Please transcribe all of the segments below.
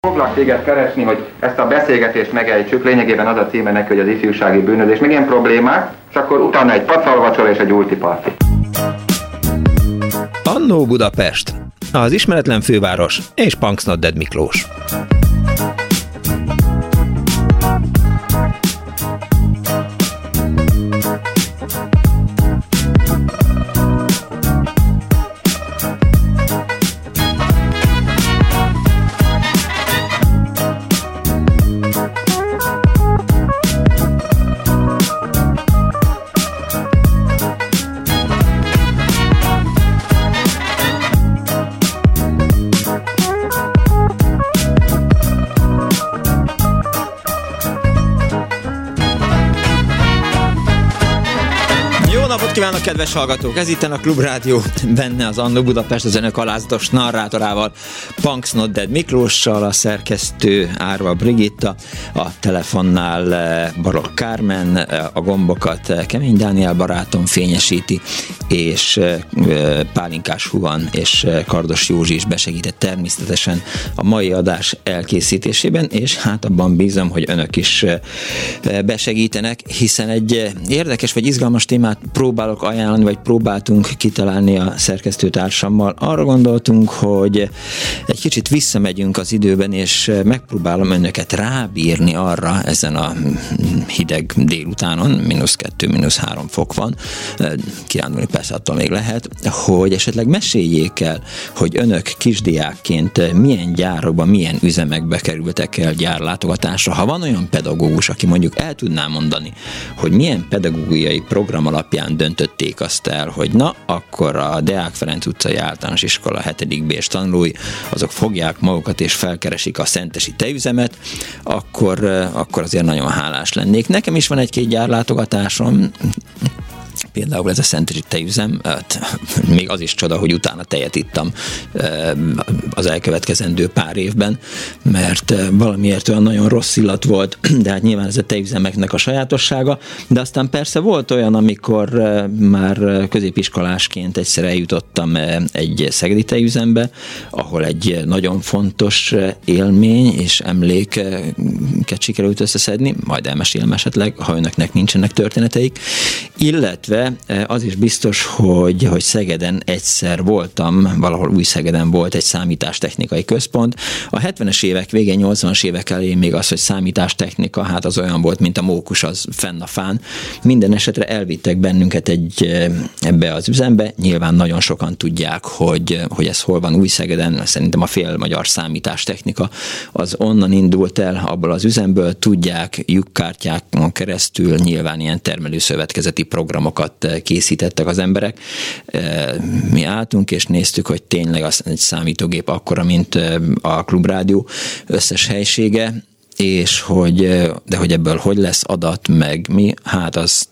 Foglak téged keresni, hogy ezt a beszélgetést megejtsük, lényegében az a címe neki, hogy az ifjúsági bűnözés, még ilyen problémák, és akkor utána egy pacalvacsora és egy ultiparti. Annó Budapest, az ismeretlen főváros és Punks Not Dead Miklós. Kívánok, kedves hallgatók! Ez itt a Klubrádió, benne az Annó Budapest, az önök alázatos narrátorával, Punks Not Dead Miklóssal, a szerkesztő Árva Brigitta, a telefonnál Barok Kármen, a gombokat Kemény Dániel barátom fényesíti, és Pálinkás Huan és Kardos Józsi is besegített természetesen a mai adás elkészítésében, és hát abban bízom, hogy önök is besegítenek, hiszen egy érdekes vagy izgalmas témát próbálok ajánlani, vagy próbáltunk kitalálni a szerkesztőtársammal. Arra gondoltunk, hogy egy kicsit visszamegyünk az időben, és megpróbálom önöket rábírni arra ezen a hideg délutánon, -2, -3 fok van, kirándulni persze attól még lehet, hogy esetleg meséljék el, hogy önök kisdiákként milyen gyárokban, milyen üzemekbe kerültek el gyárlátogatásra. Ha van olyan pedagógus, aki mondjuk el tudná mondani, hogy milyen pedagógiai program alapján döntötték azt el, hogy na, akkor a Deák Ferenc utcai általános iskola 7. B-s tanulói, azok fogják magukat és felkeresik a szentesi tejüzemet, akkor azért nagyon hálás lennék. Nekem is van egy-két gyárlátogatásom, például ez a szentesi tejüzem, még az is csoda, hogy utána tejet ittam az elkövetkezendő pár évben, mert valamiért olyan nagyon rossz illat volt, de hát nyilván ez a tejüzemeknek a sajátossága, de aztán persze volt olyan, amikor már középiskolásként egyszer eljutottam egy szegedi tejüzembe, ahol egy nagyon fontos élmény és emléket sikerült összeszedni, majd elmesélem esetleg, ha önöknek nincsenek történeteik, illetve az is biztos, hogy Szegeden egyszer voltam, valahol Új-Szegeden volt egy számítástechnikai központ. A 70-es évek végén, 80-as évek elején még az, hogy számítástechnika, hát az olyan volt, mint a mókus az fenn a fán. Minden esetre elvittek bennünket ebbe az üzembe. Nyilván nagyon sokan tudják, hogy ez hol van Új-Szegeden. Szerintem a félmagyar számítástechnika az onnan indult el, abból az üzemből. Tudják, lyukkártyákon keresztül nyilván ilyen termelőszövetkezeti programokat készítettek az emberek. Mi álltunk és néztük, hogy tényleg az egy számítógép akkora, mint a Klubrádió összes helysége, és de hogy ebből hogy lesz adat, meg mi, hát az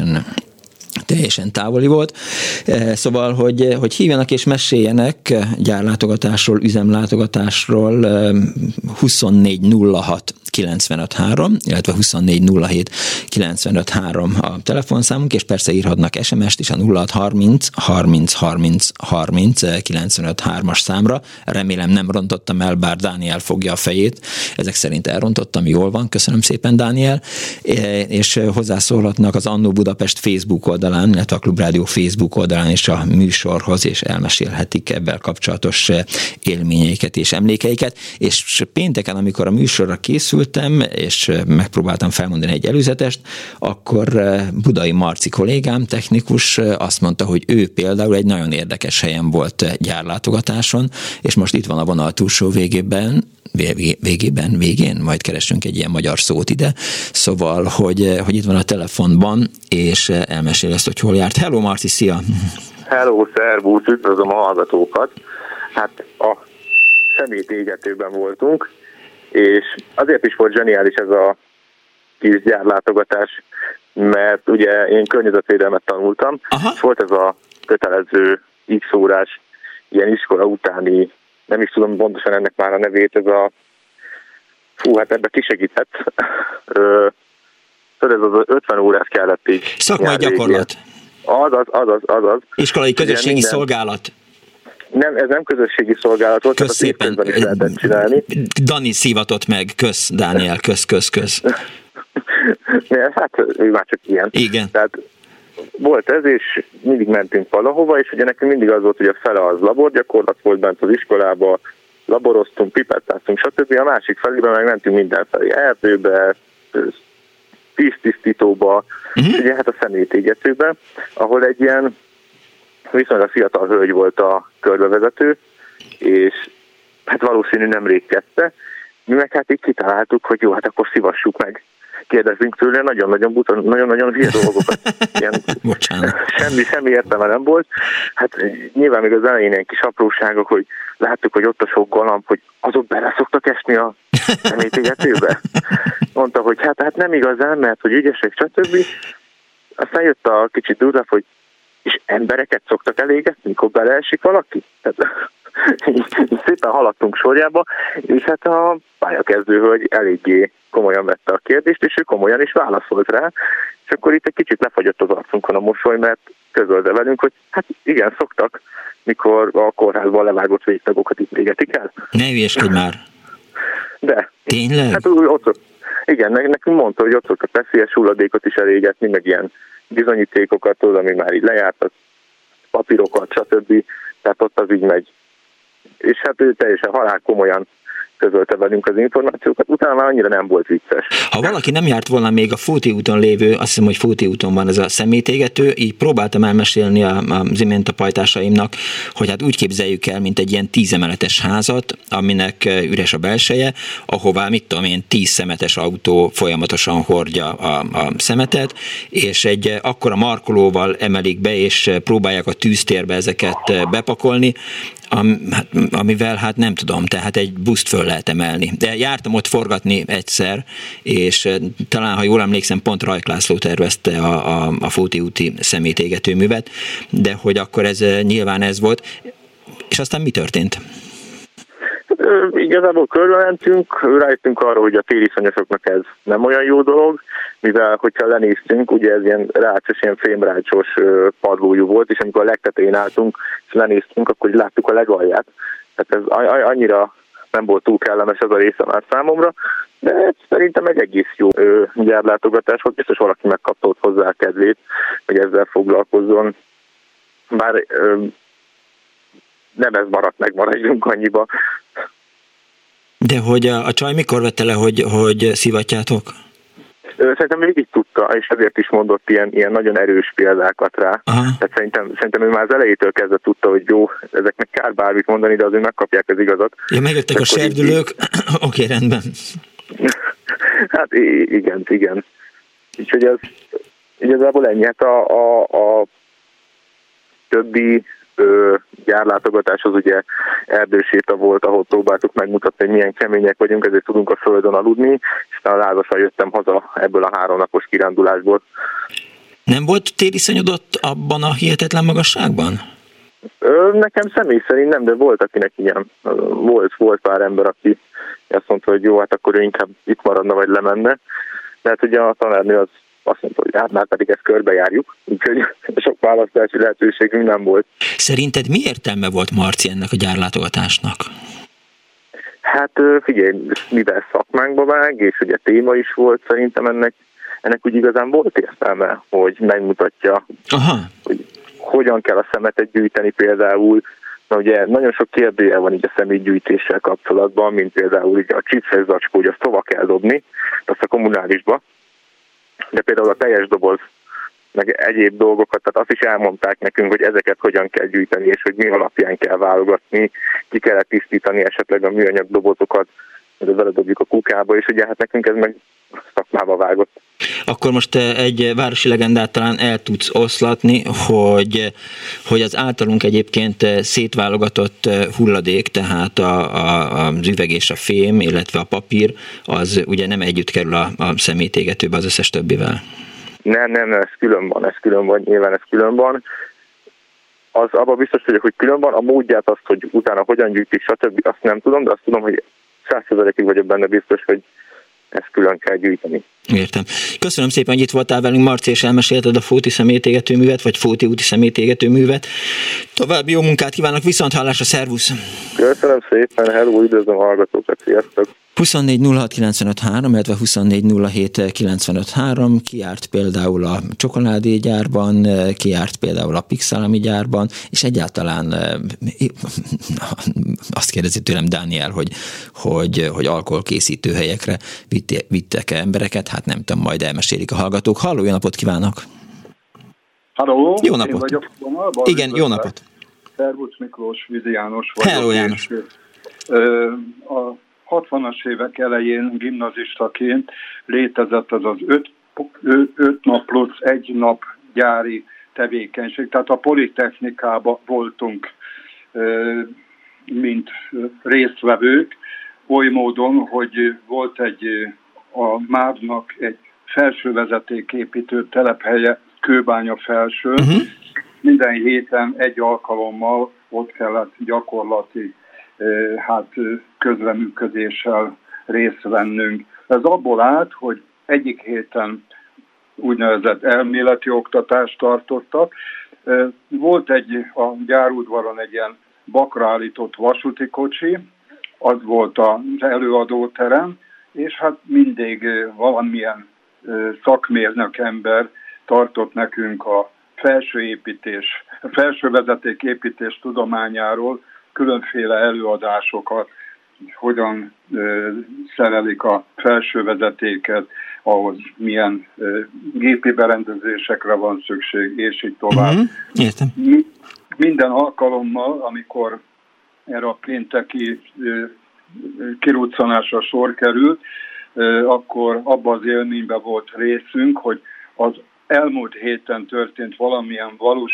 teljesen távoli volt. Szóval, hogy hívjanak és meséljenek gyárlátogatásról, üzemlátogatásról 2406 953, illetve 2407 953 a telefonszámunk, és persze írhatnak SMS-t is a 0630 30 30 30 953-as számra. Remélem nem rontottam el, bár Dániel fogja a fejét. Ezek szerint elrontottam, jól van. Köszönöm szépen, Dániel. És hozzászólhatnak az Annó Budapest Facebook oldalán, illetve a Klubrádió Facebook oldalán is a műsorhoz, és elmesélhetik ebben kapcsolatos élményeiket és emlékeiket. És pénteken, amikor a műsorra készültem, és megpróbáltam felmondani egy előzetest, akkor Budai Marci kollégám, technikus azt mondta, hogy ő például egy nagyon érdekes helyen volt gyárlátogatáson, és most itt van a vonal túlsó végén, majd keresünk egy ilyen magyar szót ide, szóval, hogy itt van a telefonban, és elmesél ezt, hogy hol járt. Hello, Marci, szia! Hello, szervusz, üdvözlöm a hallgatókat! Hát a szemétégetőben voltunk, és azért is volt zseniális ez a kis gyárlátogatás, mert ugye én környezetvédelmet tanultam, és volt ez a kötelező X órás ilyen iskola utáni, nem is tudom pontosan ennek már a nevét, ez a hát ebbe kisegített. Ez az 50 órás kellett így. Szakmai gyakorlat. Azaz. Iskolai közösségi szolgálat. Nem, ez nem közösségi szolgálat volt, kösz szépen. Is lehetett csinálni. Dani szívatott meg, kösz, Dániel, kösz. Hát ő már csak ilyen. Igen. Tehát volt ez, és mindig mentünk valahova, és ugye nekünk mindig az volt, hogy a fele az laborgyakorlat volt bent az iskolába, laboroztunk, pipettáztunk, stb. A másik felében meg mentünk mindenfelé, erdőbe, víztisztítóba, ugye hát a szemétégetőbe, ahol egy ilyen viszonylag fiatal hölgy volt a körbevezető, és hát valószínű nemrég kezdte. Mi meg hát így kitaláltuk, hogy jó, hát akkor szívassuk meg. Kérdezzünk tőle nagyon-nagyon buta, nagyon-nagyon hülye dolgokat. Ilyen semmi értelme nem volt. Hát nyilván még az elején ilyen kis apróságok, hogy láttuk, hogy ott a sok galamb, hogy azok bele szoktak esni a szemétégetőbe. Mondta, hogy hát nem igazán, mert hogy ügyesek, stb. Aztán jött a kicsit durva, hogy és embereket szoktak elégetni, mikor beleesik valaki? Tehát, szépen haladtunk sorjába, és hát a pályakezdő hölgy eléggé komolyan vette a kérdést, és ő komolyan is válaszolt rá, és akkor itt egy kicsit lefagyott az arcunkon a mosoly, mert közölte velünk, hogy hát igen, szoktak, mikor a kórházban levágott végtagokat itt égetik el. Ne hülyeskedj már! De. Tényleg? Hát ott, igen, nekünk mondta, hogy ott szoktak veszélyes hulladékot is elégetni, meg ilyen bizonyítékokat, ami már így lejárt, papírokat, stb. Tehát ott az így megy. És hát ő teljesen halál komolyan közölte velünk az információkat, utána már annyira nem volt vicces. Ha valaki nem járt volna még a Fóti úton lévő, azt hiszem, hogy Fóti úton van ez a szemétégető, így próbáltam elmesélni az imént a pajtásaimnak, hogy hát úgy képzeljük el, mint egy ilyen 10 emeletes házat, aminek üres a belseje, ahová, mit tudom én, 10 szemetes autó folyamatosan hordja a szemetet, és egy akkora markolóval emelik be, és próbálják a tűztérbe ezeket bepakolni, amivel hát nem tudom, tehát egy buszt föl lehet emelni. De jártam ott forgatni egyszer, és talán, ha jól emlékszem, pont Rajk László tervezte a Fóti úti szemétégetőművet, de hogy akkor ez nyilván ez volt. És aztán mi történt? Igazából körbementünk, rájöttünk arra, hogy a tériszonyosoknak ez nem olyan jó dolog, mivel hogyha lenéztünk, ugye ez ilyen rácsos, ilyen fémrácsos padlójú volt, és amikor a legtetején álltunk, és lenéztünk, akkor láttuk a legalját. Tehát ez annyira nem volt túl kellemes ez a része már számomra, de szerintem egy egész jó gyárlátogatás volt, biztos valaki megkapta ott hozzá a kedvét, hogy ezzel foglalkozzon. Bár nem ez maradt meg, maradjunk annyiba. De hogy a csaj mikor vette le, hogy szivatjátok? Szerintem még így tudta, és ezért is mondott ilyen nagyon erős példákat rá. Aha. Tehát szerintem ő már az elejétől kezdve tudta, hogy jó, ezeknek kár bármit mondani, de azért megkapják az igazat. Ja, megjöttek a serdülők, oké, rendben. Hát igen. Úgyhogy ez igazából ennyi. Hát a többi gyárlátogatás az ugye erdőséta volt, ahol próbáltuk megmutatni, hogy milyen kemények vagyunk, ezért tudunk a földön aludni, és a lázasan jöttem haza ebből a 3 napos kirándulásból. Nem volt tériszonyodott abban a hihetetlen magasságban? Nekem személy szerint nem, de volt akinek ilyen. Volt pár ember, aki azt mondta, hogy jó, hát akkor ő inkább itt maradna, vagy lemenne. De hát ugye a tanárnő az azt mondta, hogy hát már pedig ezt körbejárjuk, úgyhogy sok választási lehetőségünk nem volt. Szerinted mi értelme volt, Marci, ennek a gyárlátogatásnak? Hát figyelj, mivel szakmánkba vág, és ugye téma is volt, szerintem ennek úgy igazán volt értelme, hogy megmutatja, hogy hogyan kell a szemetet gyűjteni például. Na ugye nagyon sok kérdője van így a szemétgyűjtéssel kapcsolatban, mint például ugye a csipszes zacskó, hogy azt hova kell dobni, azt a kommunálisba. De például a teljes doboz, meg egyéb dolgokat, tehát azt is elmondták nekünk, hogy ezeket hogyan kell gyűjteni, és hogy mi alapján kell válogatni, ki kell tisztítani esetleg a műanyag dobozokat, hogy vele dobjuk a kukába, és ugye hát nekünk ez meg szakmába vágott. Akkor most egy városi legendát talán el tudsz oszlatni, hogy az általunk egyébként szétválogatott hulladék, tehát az üveg és a fém, illetve a papír, az ugye nem együtt kerül a szemétégetőbe az összes többivel. Nem, ez külön van, nyilván ez külön van. Az abban biztos vagyok, hogy külön van, a módját azt, hogy utána hogyan gyűjtik, stb. Azt nem tudom, de azt tudom, hogy 100%-ig vagyok benne biztos, hogy ezt külön kell gyűjteni. Értem. Köszönöm szépen, hogy itt voltál velünk, Marci, és elmesélted a Fóti személytégetőművet, vagy Fóti úti személytégetőművet. További jó munkát kívánok, viszonthallásra, szervusz! Köszönöm szépen, hello, üdvözlöm a hallgatókat, sziasztok! 24 06 95 3, illetve 24 07 95 3, ki járt például a csokoládégyárban, ki járt például a Pixalami gyárban, és egyáltalán azt kérdezi tőlem Dániel, hogy alkoholkészítő helyekre vittek embereket, hát nem tudom, majd elmesélik a hallgatók. Halló, jó napot kívánok! Halló, jó napot! Én vagyok vonalban. Igen, jó napot! Szervusz Miklós, Vizi János vagyok. Hello, János! És, a 60-as évek elején gimnazistaként létezett az 5 nap plusz 1 nap gyári tevékenység. Tehát a Politechnikában voltunk, mint résztvevők, oly módon, hogy volt a MÁV-nak egy felsővezetéképítő telephelye, Kőbánya felső. Minden héten egy alkalommal ott kellett gyakorlati közreműködéssel részt vennünk. Ez abból állt, hogy egyik héten úgynevezett elméleti oktatást tartottak. Volt a gyárudvaron egy ilyen bakra állított vasúti kocsi, az volt az előadóterem, és hát mindig valamilyen szakmérnök ember tartott nekünk a felsővezetéképítés tudományáról különféle előadásokat, hogyan szerelik a felsővezetéket, ahhoz milyen gépi berendezésekre van szükség, és így tovább. Értem. Minden alkalommal, amikor erre a pénteki kiruccanásra sor került, akkor abban az élményben volt részünk, hogy az elmúlt héten történt valamilyen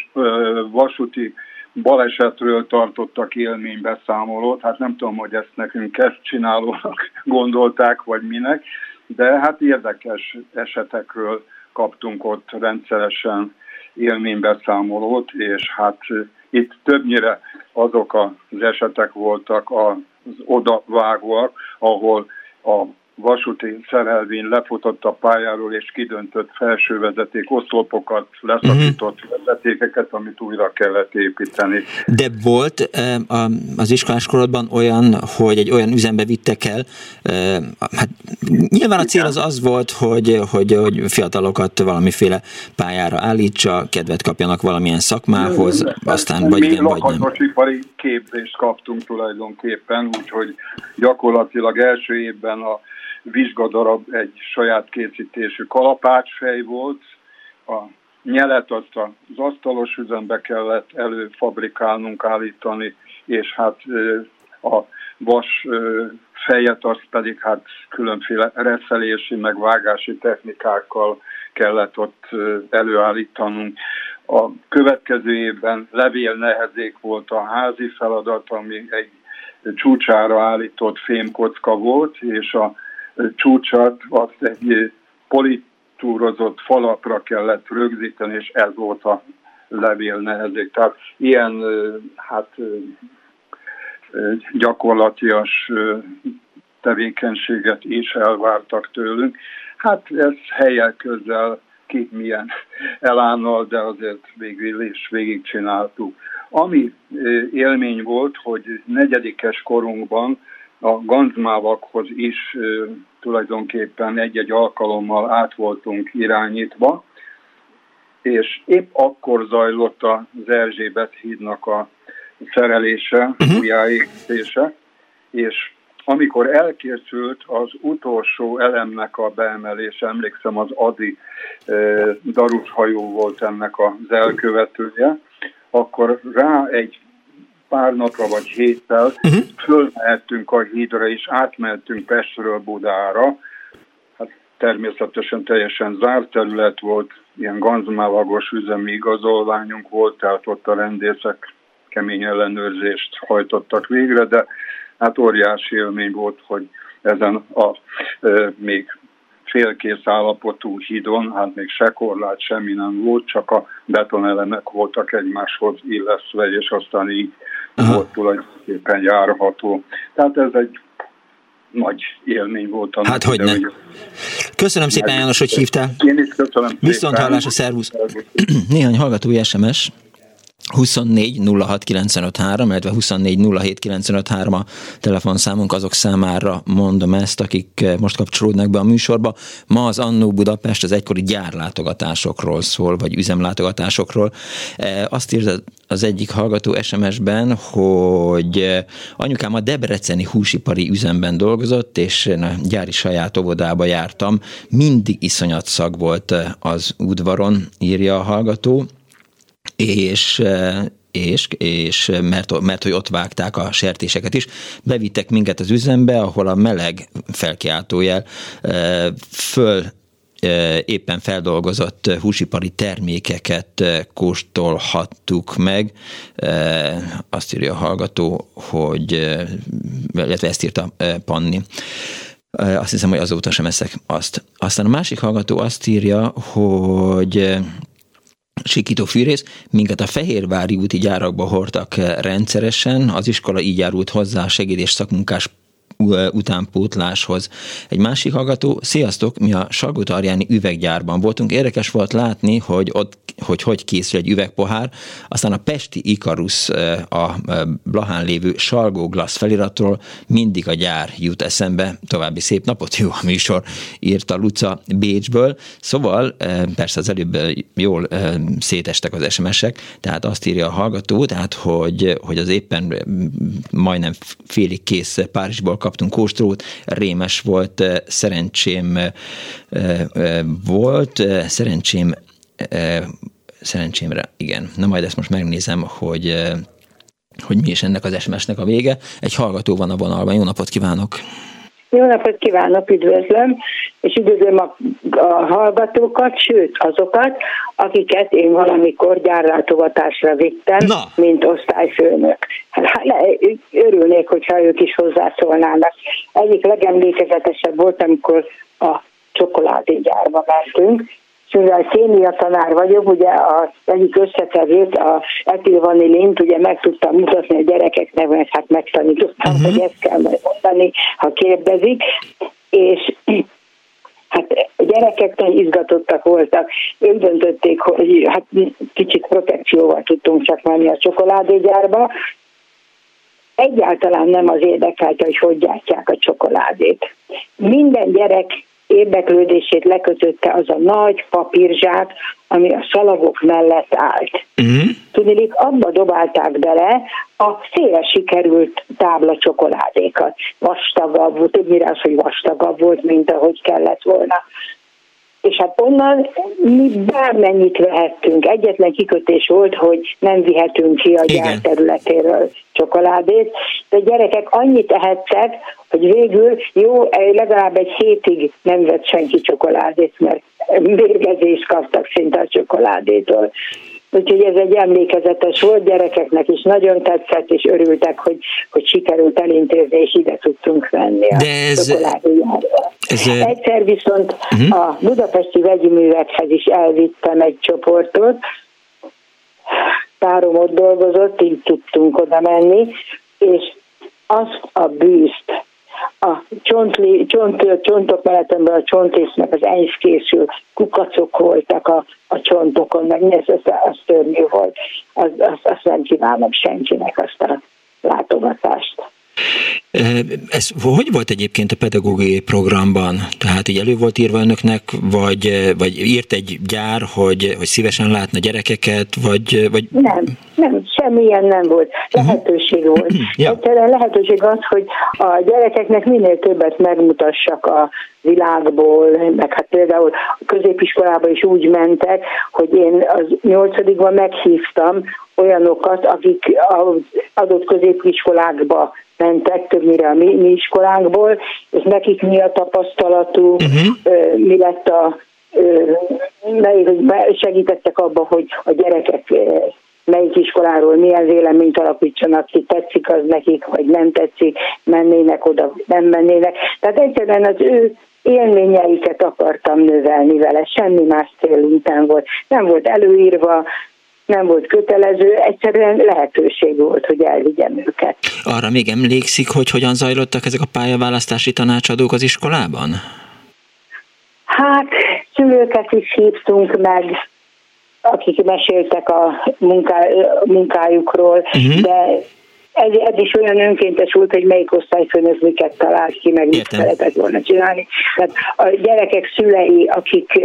vasúti balesetről tartottak élménybeszámolót. Hát nem tudom, hogy ezt nekünk kezdcsinálónak gondolták, vagy minek, de hát érdekes esetekről kaptunk ott rendszeresen élménybeszámolót, és hát itt többnyire azok az esetek voltak az odavágóak, ahol a vasúti szerelvény lefutott a pályáról, és kidöntött felsővezeték oszlopokat, leszakított vezetékeket, amit újra kellett építeni. De volt az iskoláskorodban olyan, hogy egy olyan üzembe vittek el, hát nyilván a cél az volt, hogy fiatalokat valamiféle pályára állítsa, kedvet kapjanak valamilyen szakmához, aztán vagy igen, vagy nem. Mi lakatosipari képzést kaptunk tulajdonképpen, úgyhogy gyakorlatilag első évben a vizsgadarab egy saját készítésű kalapácsfej volt, a nyelet azt az asztalos üzembe kellett előfabrikálnunk, állítani, és hát a vas fejet azt pedig hát különféle reszelési, meg vágási technikákkal kellett ott előállítanunk. A következő évben levélnehezék volt a házi feladat, ami egy csúcsára állított fémkocka volt, és a csúcsat azt egy politúrozott falapra kellett rögzíteni, és ez volt a levélnehezék. Tehát ilyen gyakorlatias tevékenységet is elvártak tőlünk. Hát ez helyel közel ki milyen elánnal, de azért végül is végigcsináltuk. Ami élmény volt, hogy negyedikes korunkban a ganzmávakhoz is tulajdonképpen egy-egy alkalommal át voltunk irányítva, és épp akkor zajlott az Erzsébet hídnak a szerelése, újjáépítése, és amikor elkészült az utolsó elemnek a beemelése, emlékszem, az Adi darushajó volt ennek az elkövetője, akkor rá egy pár napra vagy héttel fölmehettünk a hídra, és átmentünk Pestről Budára. Hát természetesen teljesen zárt terület volt, ilyen ganzmávagos üzemi igazolványunk volt, tehát ott a rendészek kemény ellenőrzést hajtottak végre, de hát óriási élmény volt, hogy ezen a még félkész állapotú hídon, hát még se korlát, semmi nem volt, csak a betonelemek voltak egymáshoz illeszve, és aztán így volt tulajdonképpen járható. Tehát ez egy nagy élmény volt. Hát hogyne. Köszönöm szépen, János, hogy hívtál. Én is köszönöm. Viszont hallásra, szervusz. Néhány hallgatói SMS. 24 06 95 3, illetve 24 07 95 3 a telefonszámunk, azok számára mondom ezt, akik most kapcsolódnak be a műsorba. Ma az Annó Budapest az egykori gyárlátogatásokról szól, vagy üzemlátogatásokról. Azt írta az egyik hallgató SMS-ben, hogy anyukám a debreceni húsipari üzemben dolgozott, és én a gyári saját óvodába jártam. Mindig iszonyat szag volt az udvaron, írja a hallgató. És mert hogy ott vágták a sertéseket is, bevittek minket az üzembe, ahol a meleg felkiáltójel éppen feldolgozott húsipari termékeket kóstolhattuk meg. Azt írja a hallgató, hogy, illetve ezt írta Panni. Azt hiszem, hogy azóta sem eszek azt. Aztán a másik hallgató azt írja, hogy sikító fűrész, minket a fehérvári úti gyárakba hordtak rendszeresen, az iskola így járult hozzá a segéd- és szakmunkás utánpótláshoz. Egy másik hallgató, sziasztok, mi a Salgótarjáni üveggyárban voltunk, érdekes volt látni, hogy ott hogy készül egy üvegpohár, aztán a pesti Ikarus, a Blahán lévő Salgó-Glass feliratról mindig a gyár jut eszembe. További szép napot, jó a műsor, írta Luca Bécsből. Szóval, persze az előbb jól szétestek az SMS-ek, tehát azt írja a hallgató, tehát hogy az éppen majdnem félig kész Párizsból kaptunk kóstolót, rémes volt, szerencsémre, igen. Na majd ezt most megnézem, hogy mi is ennek az SMS-nek a vége. Egy hallgató van a vonalban. Jó napot kívánok! Jó napot kívánok, üdvözlöm, és üdvözlöm a hallgatókat, sőt azokat, akiket én valamikor gyárlátogatásra vittem, mint osztályfőnök. Örülnék, hogyha ők is hozzászólnának. Egyik legemlékezetesebb volt, amikor a csokoládégyárba mentünk, és mivel kémia tanár vagyok, ugye az egyik összetevőt, a etilvanilint, ugye meg tudtam mutatni a gyerekeknek, mert hát megtanítottam, hogy ezt kell mondani, ha kérdezik, és hát a gyerekek nagyon izgatottak voltak. Ők döntötték, hogy hát kicsit protekcióval tudtunk csak menni a csokoládégyárba. Egyáltalán nem az érdekelte, hogy gyártják a csokoládét. Minden gyerek érdeklődését lekötötte az a nagy papírzsák, ami a szalagok mellett állt. Tudniillik, abba dobálták bele a széle sikerült tábla csokoládékat. Vastagabb volt, többnyire az, hogy vastagabb volt, mint ahogy kellett volna. És hát onnan mi bármennyit vehettünk. Egyetlen kikötés volt, hogy nem vihetünk ki a gyár területéről csokoládét, de a gyerekek annyit ehettek, hogy végül legalább egy hétig nem vett senki csokoládét, mert mérgezést kaptak szinte a csokoládétól. Úgyhogy ez egy emlékezetes volt, gyerekeknek is nagyon tetszett, és örültek, hogy sikerült elintézni, és ide tudtunk venni a csokoládéjárba. Egyszer viszont a budapesti vegyi művekhez is elvittem egy csoportot, párom ott dolgozott, így tudtunk oda menni, és azt a bűzt, a csontok mellettemben a csontrésznek az enysz készül, kukacok voltak a csontokon, meg az szörnyű volt. Azt nem kívánom senkinek, azt a látogatást. Ez hogy volt egyébként a pedagógiai programban? Tehát így elő volt írva önöknek, vagy írt egy gyár, hogy szívesen látna gyerekeket, vagy... Nem, semmilyen nem volt. Lehetőség volt. Egyszerűen lehetőség az, hogy a gyerekeknek minél többet megmutassak a világból, meg hát például a középiskolába is úgy mentek, hogy én az 8-ban meghívtam olyanokat, akik az adott középiskolákba mentek, többnyire a mi iskolánkból, és nekik mi a tapasztalatuk, mi lett hogy segítettek abba, hogy a gyerekek melyik iskoláról milyen véleményt alapítsanak ki, tetszik az nekik, vagy nem tetszik, mennének oda, nem mennének. Tehát egyszerűen az ő élményeiket akartam növelni vele, semmi más célunk nem volt. Nem volt előírva, nem volt kötelező, egyszerűen lehetőség volt, hogy elvigyem őket. Arra még emlékszik, hogy hogyan zajlottak ezek a pályaválasztási tanácsadók az iskolában? Hát szülőket is hívtunk meg, akik meséltek a munkájukról, de ez is olyan önkéntes volt, hogy melyik osztályfőnök miket talált ki, meg mit szeretett volna csinálni. Tehát a gyerekek szülei, akik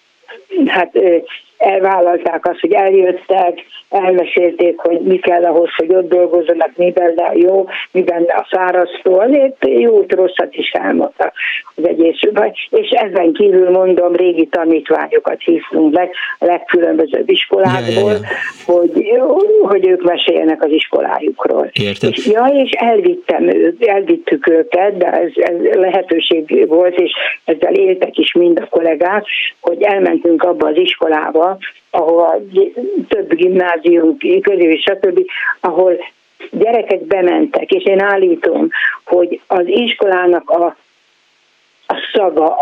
elvállalták azt, hogy eljöttek, elmesélték, hogy mi kell ahhoz, hogy ott dolgozzanak, mi benne a jó, mi benne a száraztó, azért jót, rosszat is elmondtak az egészben. És ezen kívül mondom, régi tanítványokat hívtunk meg a legkülönbözőbb iskolákból, hogy ők meséljenek az iskolájukról. És elvittük őket, de ez lehetőség volt, és ezzel éltek is mind a kollégák, hogy elmentünk abba az iskolába, ahol több gimnázium, közül, stb., ahol gyerekek bementek, és én állítom, hogy az iskolának a szaga,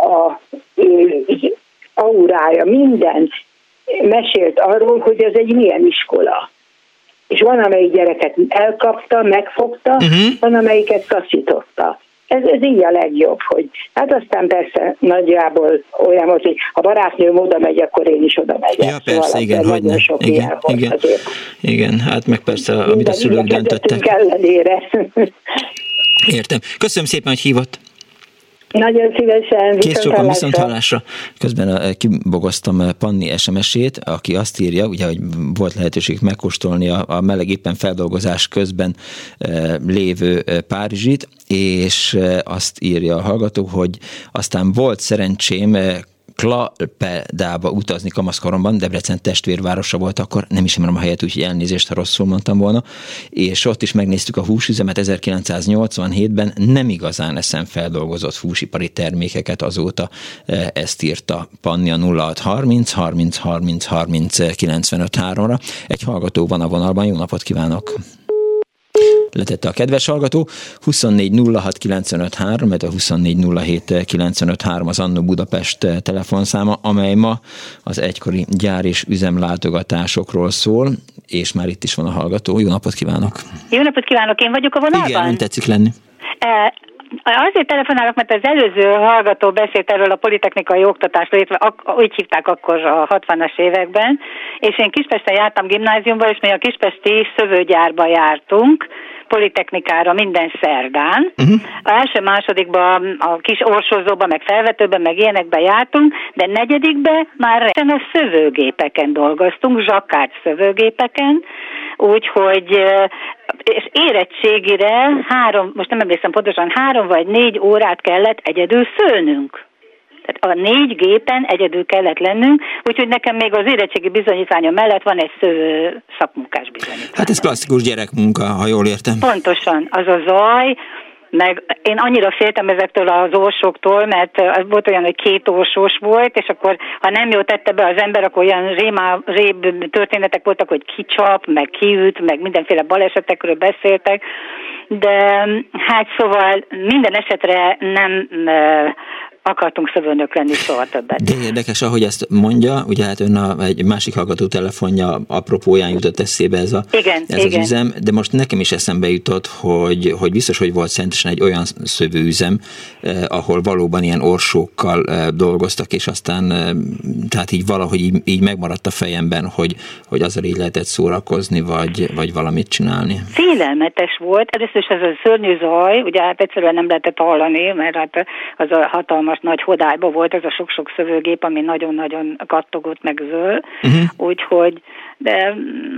az aurája, minden mesélt arról, hogy ez egy milyen iskola. És van, amelyik gyereket elkapta, megfogta, van, amelyiket taszította. Ez így a legjobb, hogy hát aztán persze nagyjából olyan volt, hogy ha barátnőm oda megy, akkor én is oda megyek. Ja, persze, szóval igen, hogyne. Igen, hát meg persze, amit a szülők döntöttek. Ellenére. Értem. Köszönöm szépen, hogy hívott. Nagyon szívesen, viszont hallásra. Közben kibogoztam Panni SMS-ét, aki azt írja, ugye, hogy volt lehetőség megkóstolni a meleg éppen feldolgozás közben lévő párizsit, és azt írja a hallgató, hogy aztán volt szerencsém Klapedába utazni kamaszkoromban, Debrecen testvérvárosa volt akkor, nem ismerem a helyet, úgyhogy elnézést, ha rosszul mondtam volna, és ott is megnéztük a húsüzemet 1987-ben, nem igazán eszem feldolgozott húsipari termékeket azóta, ezt írta Panni a 0630 30 30 30 95 3-ra. Egy hallgató van a vonalban, jó napot kívánok! Letette a kedves hallgató, 24 06 95 3, mert a 24 07 95 3 az Annó Budapest telefonszáma, amely ma az egykori gyár és üzemlátogatásokról szól, és már itt is van a hallgató. Jó napot kívánok! Jó napot kívánok, én vagyok a vonalban? Igen, ön tetszik lenni. Azért telefonálok, mert az előző hallgató beszélt erről a politechnikai oktatásról, illetve úgy hívták akkor a 60-as években, és én Kispesten jártam gimnáziumba, és mi a kispesti szövőgyárba jártunk, politechnikára minden szerdán. A első-másodikban a kis orsózóban, meg felvetőben, meg ilyenekben jártunk, de negyedikben már a szövőgépeken dolgoztunk, zsakkárt szövőgépeken, úgyhogy és érettségire most nem emlékszem pontosan, 3 vagy 4 órát kellett egyedül szőnünk. Tehát a 4 gépen egyedül kellett lennünk, úgyhogy nekem még az érettségi bizonyítványa mellett van egy szövő szakmunkás bizonyítvány. Hát ez klasszikus gyerekmunka, ha jól értem. Pontosan, az a zaj, meg én annyira féltem ezektől az orsóktól, mert volt olyan, hogy 2 orsós volt, és akkor ha nem jól tette be az ember, akkor olyan rébb történetek voltak, hogy kicsap, meg kiüt, meg mindenféle balesetekről beszéltek, de hát szóval minden esetre nem akartunk szövőnök lenni soha többet. De érdekes, ahogy ezt mondja, ugye hát ön egy másik hallgató telefonja apropóján jutott eszébe ez az üzem, de most nekem is eszembe jutott, hogy biztos, hogy volt Szentesen egy olyan szövőüzem, ahol valóban ilyen orsókkal dolgoztak, és aztán tehát így valahogy így megmaradt a fejemben, hogy azzal így lehetett szórakozni, vagy valamit csinálni. Félelmetes volt, először is ez a szörnyű zaj, ugye hát egyszerűen nem lehetett hallani, mert hát az a hatalmas nagy hodályban volt ez a sok-sok szövőgép, ami nagyon-nagyon kattogott meg zöld, úgyhogy de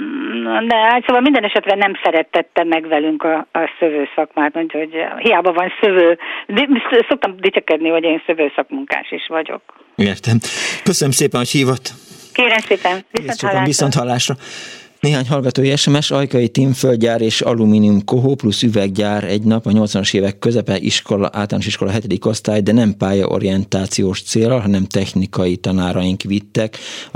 hát szóval minden esetre nem szerettette meg velünk a szövőszakmát, úgyhogy hiába van szövő. Szoktam dicsekedni, hogy én szövőszakmunkás is vagyok. Értem. Köszönöm szépen, hogy hívott. Kérem szépen. Viszont hallásra. Néhány hallgatói SMS, Ajkai Tímföldgyár és alumínium kohó plusz üveggyár egy nap, a 80-as évek közepe általános iskola 7. osztály, de nem pályaorientációs célra, hanem technikai tanáraink vittek.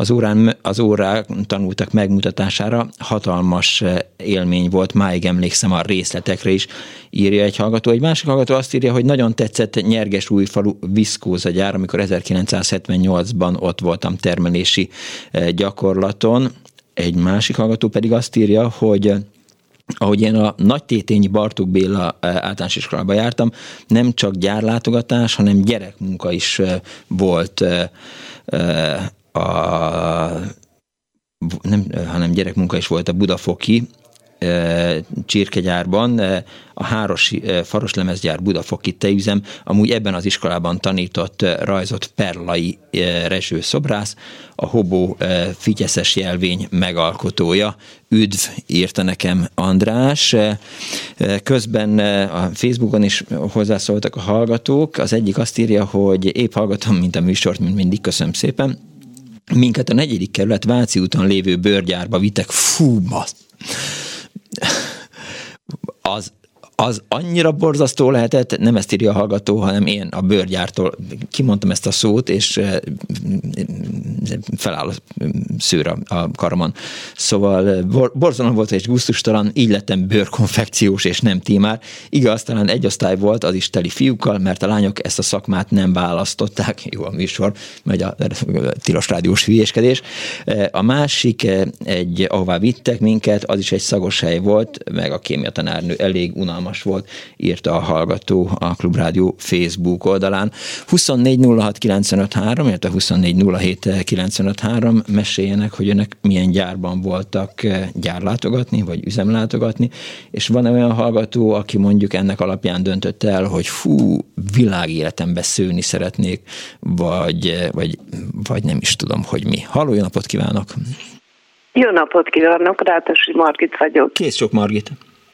Az órák tanultak megmutatására, hatalmas élmény volt, máig emlékszem a részletekre is, írja egy hallgató. Egy másik hallgató azt írja, hogy nagyon tetszett Nyergesújfalu viszkózagyár, amikor 1978-ban ott voltam termelési gyakorlaton. Egy másik hallgató pedig azt írja, hogy ahogy én a Nagytétényi Bartók Béla általános iskolába jártam, nem csak gyárlátogatás, hanem gyerekmunka is volt hanem gyerekmunka is volt a budafoki csirkegyárban, a Hárosi Faroslemezgyár budafoki tejüzem, amúgy ebben az iskolában tanított rajzot Perlai Rezső szobrász, a Hobó fityeszes jelvény megalkotója. Üdv, írta nekem András. Közben a Facebookon is hozzászóltak a hallgatók. Az egyik azt írja, hogy épp hallgatom, mint a műsort, mint mindig, köszönöm szépen. Minket a 4. kerület Váci úton lévő bőrgyárba vittek. Fú, az annyira borzasztó lehetett, nem ezt írja a hallgató, hanem én a bőrgyártól kimondtam ezt a szót, és feláll a szőr a karomon. Szóval borzalom volt és gusztustalan, így lettem bőrkonfekciós és nem tímár. Igaz, talán egy osztály volt, az is teli fiúkkal, mert a lányok ezt a szakmát nem választották. Jó a műsor, megy a tilos rádiós hülyéskedés. A másik, ahová vittek minket, az is egy szagos hely volt, meg a kémiatanárnő elég unalmas volt, írta a hallgató a Klubrádió Facebook oldalán. 24 06 953, illetve 24 07 953, meséljenek, hogy önök milyen gyárban voltak gyárlátogatni, vagy üzemlátogatni, és van olyan hallgató, aki mondjuk ennek alapján döntött el, hogy világéletembe szőni szeretnék, vagy nem is tudom, hogy mi. Halló, jó napot kívánok! Jó napot kívánok, Rátosi Margit vagyok. Kész sok Margit.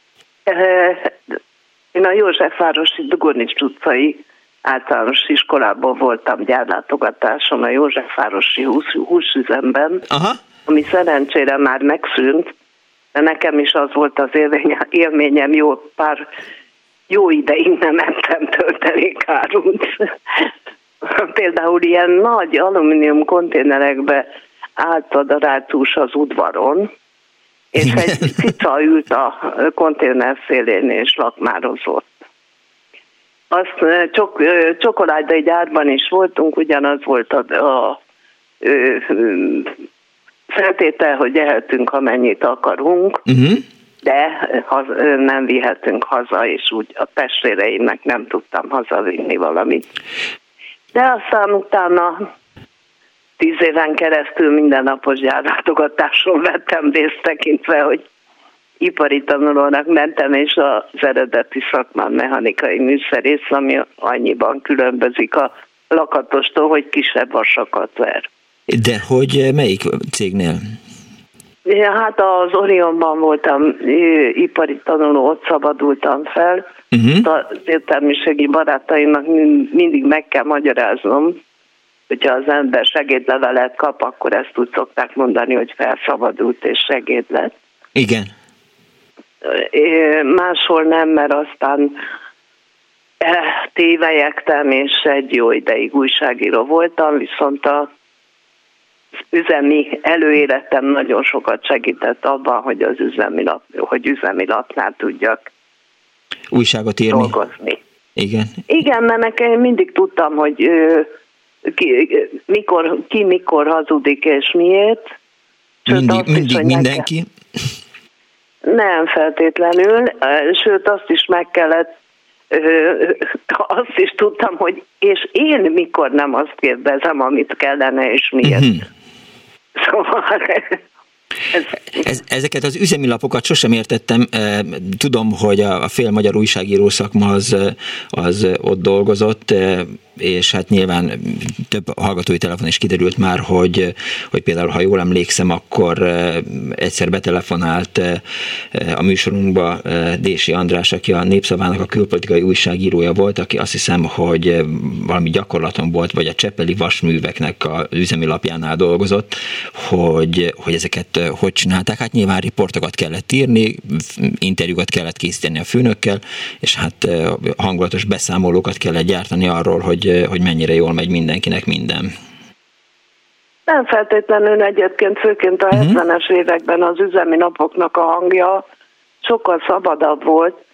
Én a Józsefvárosi Dugonics utcai általános iskolában voltam gyárlátogatáson a Józsefvárosi húsüzemben, ami szerencsére már megszűnt, de nekem is az volt az élményem, jó ideig nem mentem töltelékárút. Például ilyen nagy alumínium konténerekbe állt a darácús az udvaron, és egy cica ült a konténer szélén és lakmározott. Azt csokoládai gyárban is voltunk, ugyanaz volt a feltétel, hogy ehetünk, amennyit akarunk, de nem vihetünk haza, és úgy a testvéreimnek nem tudtam hazavinni valamit. De aztán utána 10 éven keresztül mindennapos gyárlátogatáson vettem részt, tekintve, hogy ipari tanulónak mentem, és az eredeti szakmám mechanikai műszerész, ami annyiban különbözik a lakatostól, hogy kisebb vasakat ver. De hogy melyik cégnél? Hát az Orionban voltam ipari tanuló, ott szabadultam fel. Az értelmiségi barátaimnak mindig meg kell magyaráznom, hogyha az ember segédlevelet kap, akkor ezt úgy szokták mondani, hogy felszabadult és segéd lett. Igen. Máshol nem, mert aztán tévelyegtem, és egy jó ideig újságíró voltam, viszont az üzemi előéletem nagyon sokat segített abban, hogy az üzemi lapnál tudjak újságot írni. Dolgozni. Igen. Igen, mert nekem mindig tudtam, hogy ki mikor hazudik és miért. Mindig mindenki? Nem feltétlenül, sőt azt is meg kellett, azt is tudtam, hogy és én mikor nem azt kérdezem, amit kellene és miért. Szóval... Ezeket az üzemi lapokat sosem értettem. Tudom, hogy a fél magyar újságíró szakma az ott dolgozott, és hát nyilván több hallgatói telefon is kiderült már, hogy például, ha jól emlékszem, akkor egyszer betelefonált a műsorunkba Dési András, aki a Népszavának a külpolitikai újságírója volt, aki azt hiszem, hogy valami gyakorlaton volt, vagy a Cseppeli Vasműveknek az üzemi lapjánál dolgozott, hogy ezeket hogy csinálták. Hát nyilván riportokat kellett írni, interjúkat kellett készíteni a főnökkel, és hát hangulatos beszámolókat kellett gyártani arról, hogy mennyire jól megy mindenkinek minden. Nem feltétlenül egyébként, főként a 70-es években az üzemi napoknak a hangja sokkal szabadabb volt.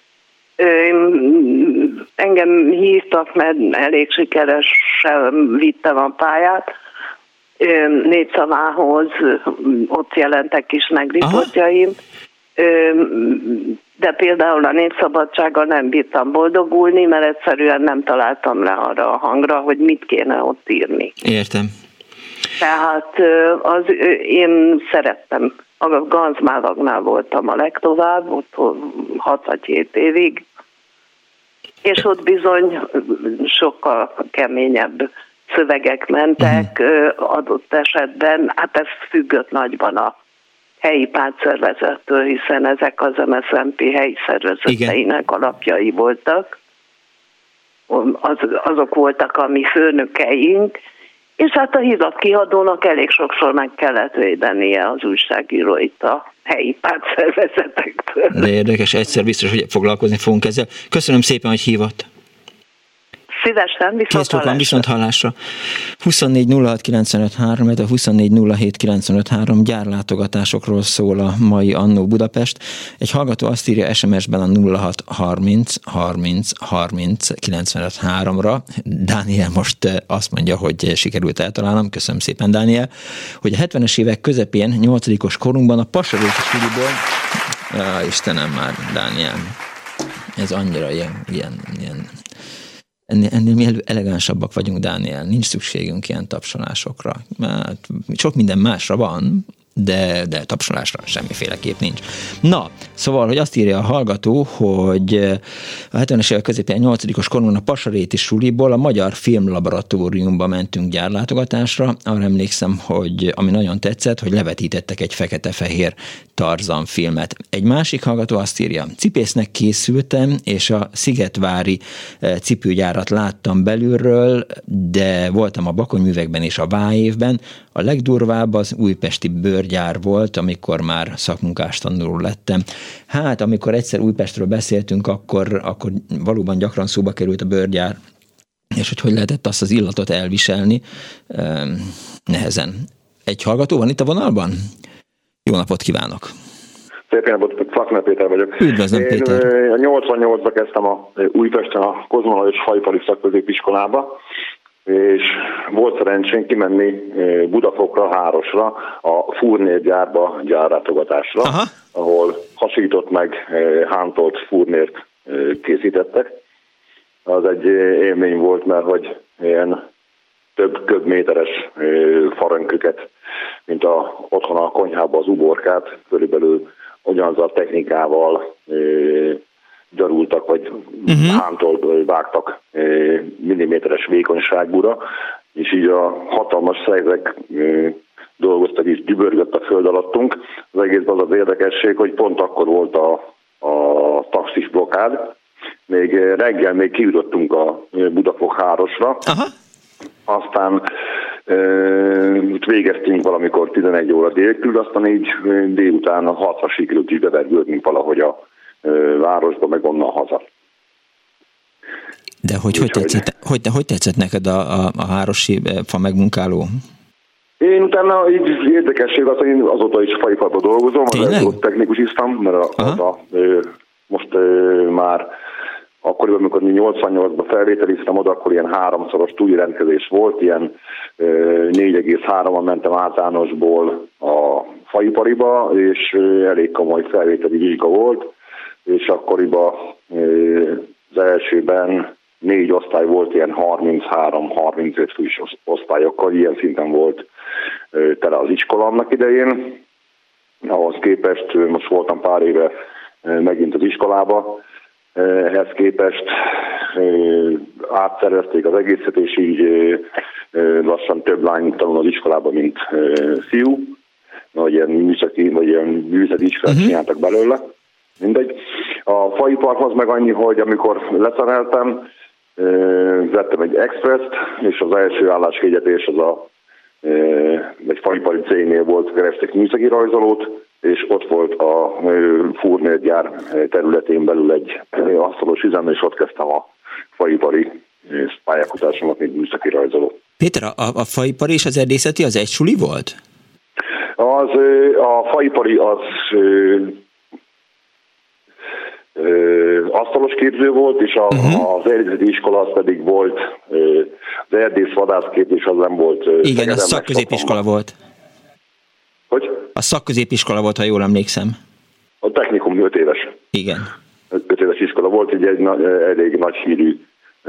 Engem hívtak, mert elég sikeresen vittem a pályát Népszavához, ott jelentek is meg riportjaim. De például a Népszabadsággal nem bírtam boldogulni, mert egyszerűen nem találtam rá arra a hangra, hogy mit kéne ott írni. Értem. Tehát én szerettem. A Ganzmálagnál voltam a legtovább, ott 6-7 évig, és ott bizony sokkal keményebb szövegek mentek, adott esetben, hát ez függött nagyban a helyi pártszervezettől, hiszen ezek az MSZNP helyi szervezeteinek alapjai voltak. Azok voltak a mi főnökeink, és hát a híradkiadónak elég sokszor meg kellett védenie az újságíróit a helyi pártszervezetektől. De érdekes, egyszer biztos, hogy foglalkozni fogunk ezzel. Köszönöm szépen, hogy hívott. Szívesen, viszont hallásra. 24 06 95 3, de 24 07 95 3 gyárlátogatásokról szól a mai Annó Budapest. Egy hallgató azt írja SMS-ben a 06 30 30 30 95 3-ra. Dániel most azt mondja, hogy sikerült eltalálnom, köszönöm szépen Dániel, hogy a 70-es évek közepén 8-os korunkban a Pasaréti suliból, Istenem már Dániel, ez annyira ilyen ennél mi elegánsabbak vagyunk, Dániel. Nincs szükségünk ilyen tapsolásokra. Mert sok minden másra van, de tapsolásra semmiféleképp nincs. Na, szóval, hogy azt írja a hallgató, hogy a 70-es évek közepén 8-os korunkban a Pasaréti suliból a Magyar Filmlaboratóriumba mentünk gyárlátogatásra. Arra emlékszem, hogy ami nagyon tetszett, hogy levetítettek egy fekete-fehér Tarzan filmet. Egy másik hallgató azt írja, cipésznek készültem, és a Szigetvári cipőgyárat láttam belülről, de voltam a Bakonyművekben és a Váévben. A legdurvább az újpesti bőrgyár volt, amikor már szakmunkástanuló lettem. Hát, amikor egyszer Újpestről beszéltünk, akkor valóban gyakran szóba került a bőrgyár, és hogy lehetett azt az illatot elviselni, nehezen. Egy hallgató van itt a vonalban? Jó napot kívánok! Szép napot, Szakner Péter vagyok. Üdvözlöm, Péter! Én 88-ban kezdtem a Újpesten a Kozma Lajos Faipari Szakközépiskolába, és volt szerencsén kimenni Budafokra, Hárosra, a furnérgyárba gyárlátogatásra, ahol hasított meg hántolt furnért készítettek. Az egy élmény volt, mert hogy ilyen több köbméteres farönköket, mint otthon a konyhában az uborkát, körülbelül ugyanazzal a technikával gyarultak, vagy hántól vágtak milliméteres vékonyságúra, és így a hatalmas szerzek dolgoztak, és gyübörgött a föld alattunk. Az egészben az érdekesség, hogy pont akkor volt a taxis blokkád, még reggel kijutottunk a Budafok Hárosra, aztán végeztünk valamikor 11 óra délkül, aztán így délután 6-ra sikerült is bevergődnünk valahogy a városba, meg onnan haza. De hogy tetszett neked a hárosi fa megmunkáló? Én utána így érdekesség az, hogy én azóta is faiparban dolgozom, az technikusiztam, mert most már akkoriban, amikor mi 88-ban felvételiztem oda, akkor ilyen 3-szoros túljelentkezés volt, ilyen 4,3-an mentem általánosból a faipariba, és elég komoly felvételi vizsga volt, és akkoriban az elsőben 4 osztály volt, ilyen 33-35 fős osztályokkal, ilyen szinten volt tele az iskola annak idején. Ahhoz képest most voltam pár éve megint az iskolába, ehhez képest átszervezték az egészet, és így lassan több lány tanul az iskolában, mint fiú, vagy ilyen műszaki, vagy ilyen műszaki iskolát csináltak belőle. Mindegy. A faiparhoz meg annyi, hogy amikor leszereltem, vettem egy expresszt, és az első álláskigyetés az egy faipari cégnél volt, kerestek műszaki rajzolót, és ott volt a furnérgyár területén belül egy asztalos üzem, és ott kezdtem a faipari pályafutásomat, mint műszaki rajzoló. Péter, a faipari és az erdészeti az egy suli volt? A faipari az asztalos képző volt, és az erdészeti iskola az pedig volt, az erdész-vadászképzés az nem volt. Igen, az szakközépiskola volt. Hogy? A szakközépiskola volt, ha jól emlékszem. A technikum 5 éves. Igen. 5 éves iskola volt, egy elég nagy hírű,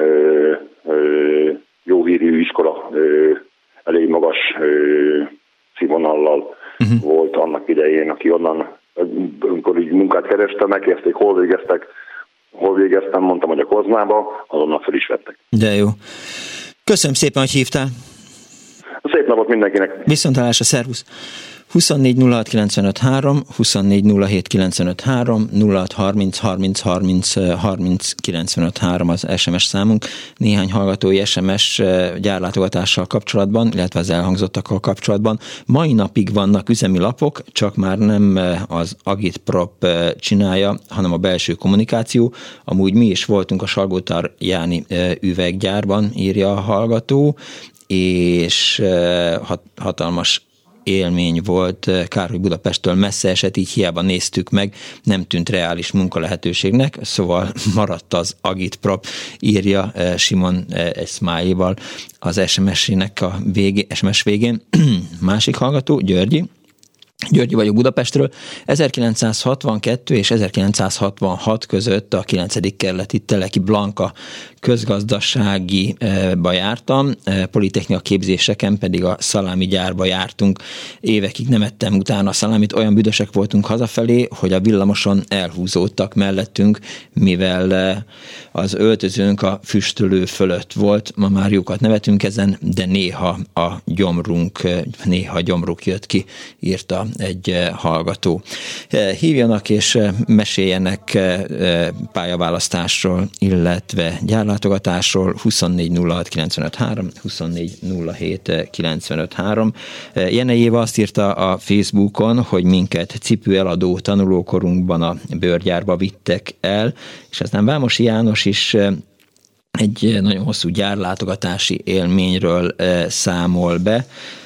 jó hírű iskola, elég magas színvonallal volt annak idején, aki onnan, amikor így munkát kerestem, megkérdezték, hol végeztem, mondtam, hogy a Kozmába, azonnal fel is vettek. De jó. Köszönöm szépen, hogy hívtál. Szép napot mindenkinek. Viszontlátásra, szervusz. 24 06 95 3, 24 07 95 3, 06 30 30 30 30 95 3 az SMS számunk. Néhány hallgatói SMS gyárlátogatással kapcsolatban, illetve az elhangzottakkal kapcsolatban. Mai napig vannak üzemi lapok, csak már nem az Agitprop csinálja, hanem a belső kommunikáció. Amúgy mi is voltunk a Salgótarjáni üveggyárban, írja a hallgató, és hatalmas élmény volt, kár, hogy Budapesttől messze esett, így hiába néztük meg, nem tűnt reális munkalehetőségnek, szóval maradt az Agitprop, írja Simon egy smiley-val az SMS-ének a SMS végén. Másik hallgató, Györgyi vagyok Budapestről. 1962 és 1966 között a 9. kerületi Teleki Blanka közgazdaságiba jártam, politechnika képzéseken pedig a szalámi gyárba jártunk. Évekig nem ettem utána a szalámit, olyan büdösek voltunk hazafelé, hogy a villamoson elhúzódtak mellettünk, mivel az öltözőnk a füstölő fölött volt. Ma már jókat nevetünk ezen, de néha gyomruk jött ki, írta egy hallgató. Hívjanak és meséljenek pályaválasztásról, illetve gyárlátogatásról. 24 06 95 3, 24 07 95 3. Jenei Éva azt írta a Facebookon, hogy minket cipőeladó tanulókorunkban a bőrgyárba vittek el, és aztán Vámosi János is egy nagyon hosszú gyárlátogatási élményről számol be,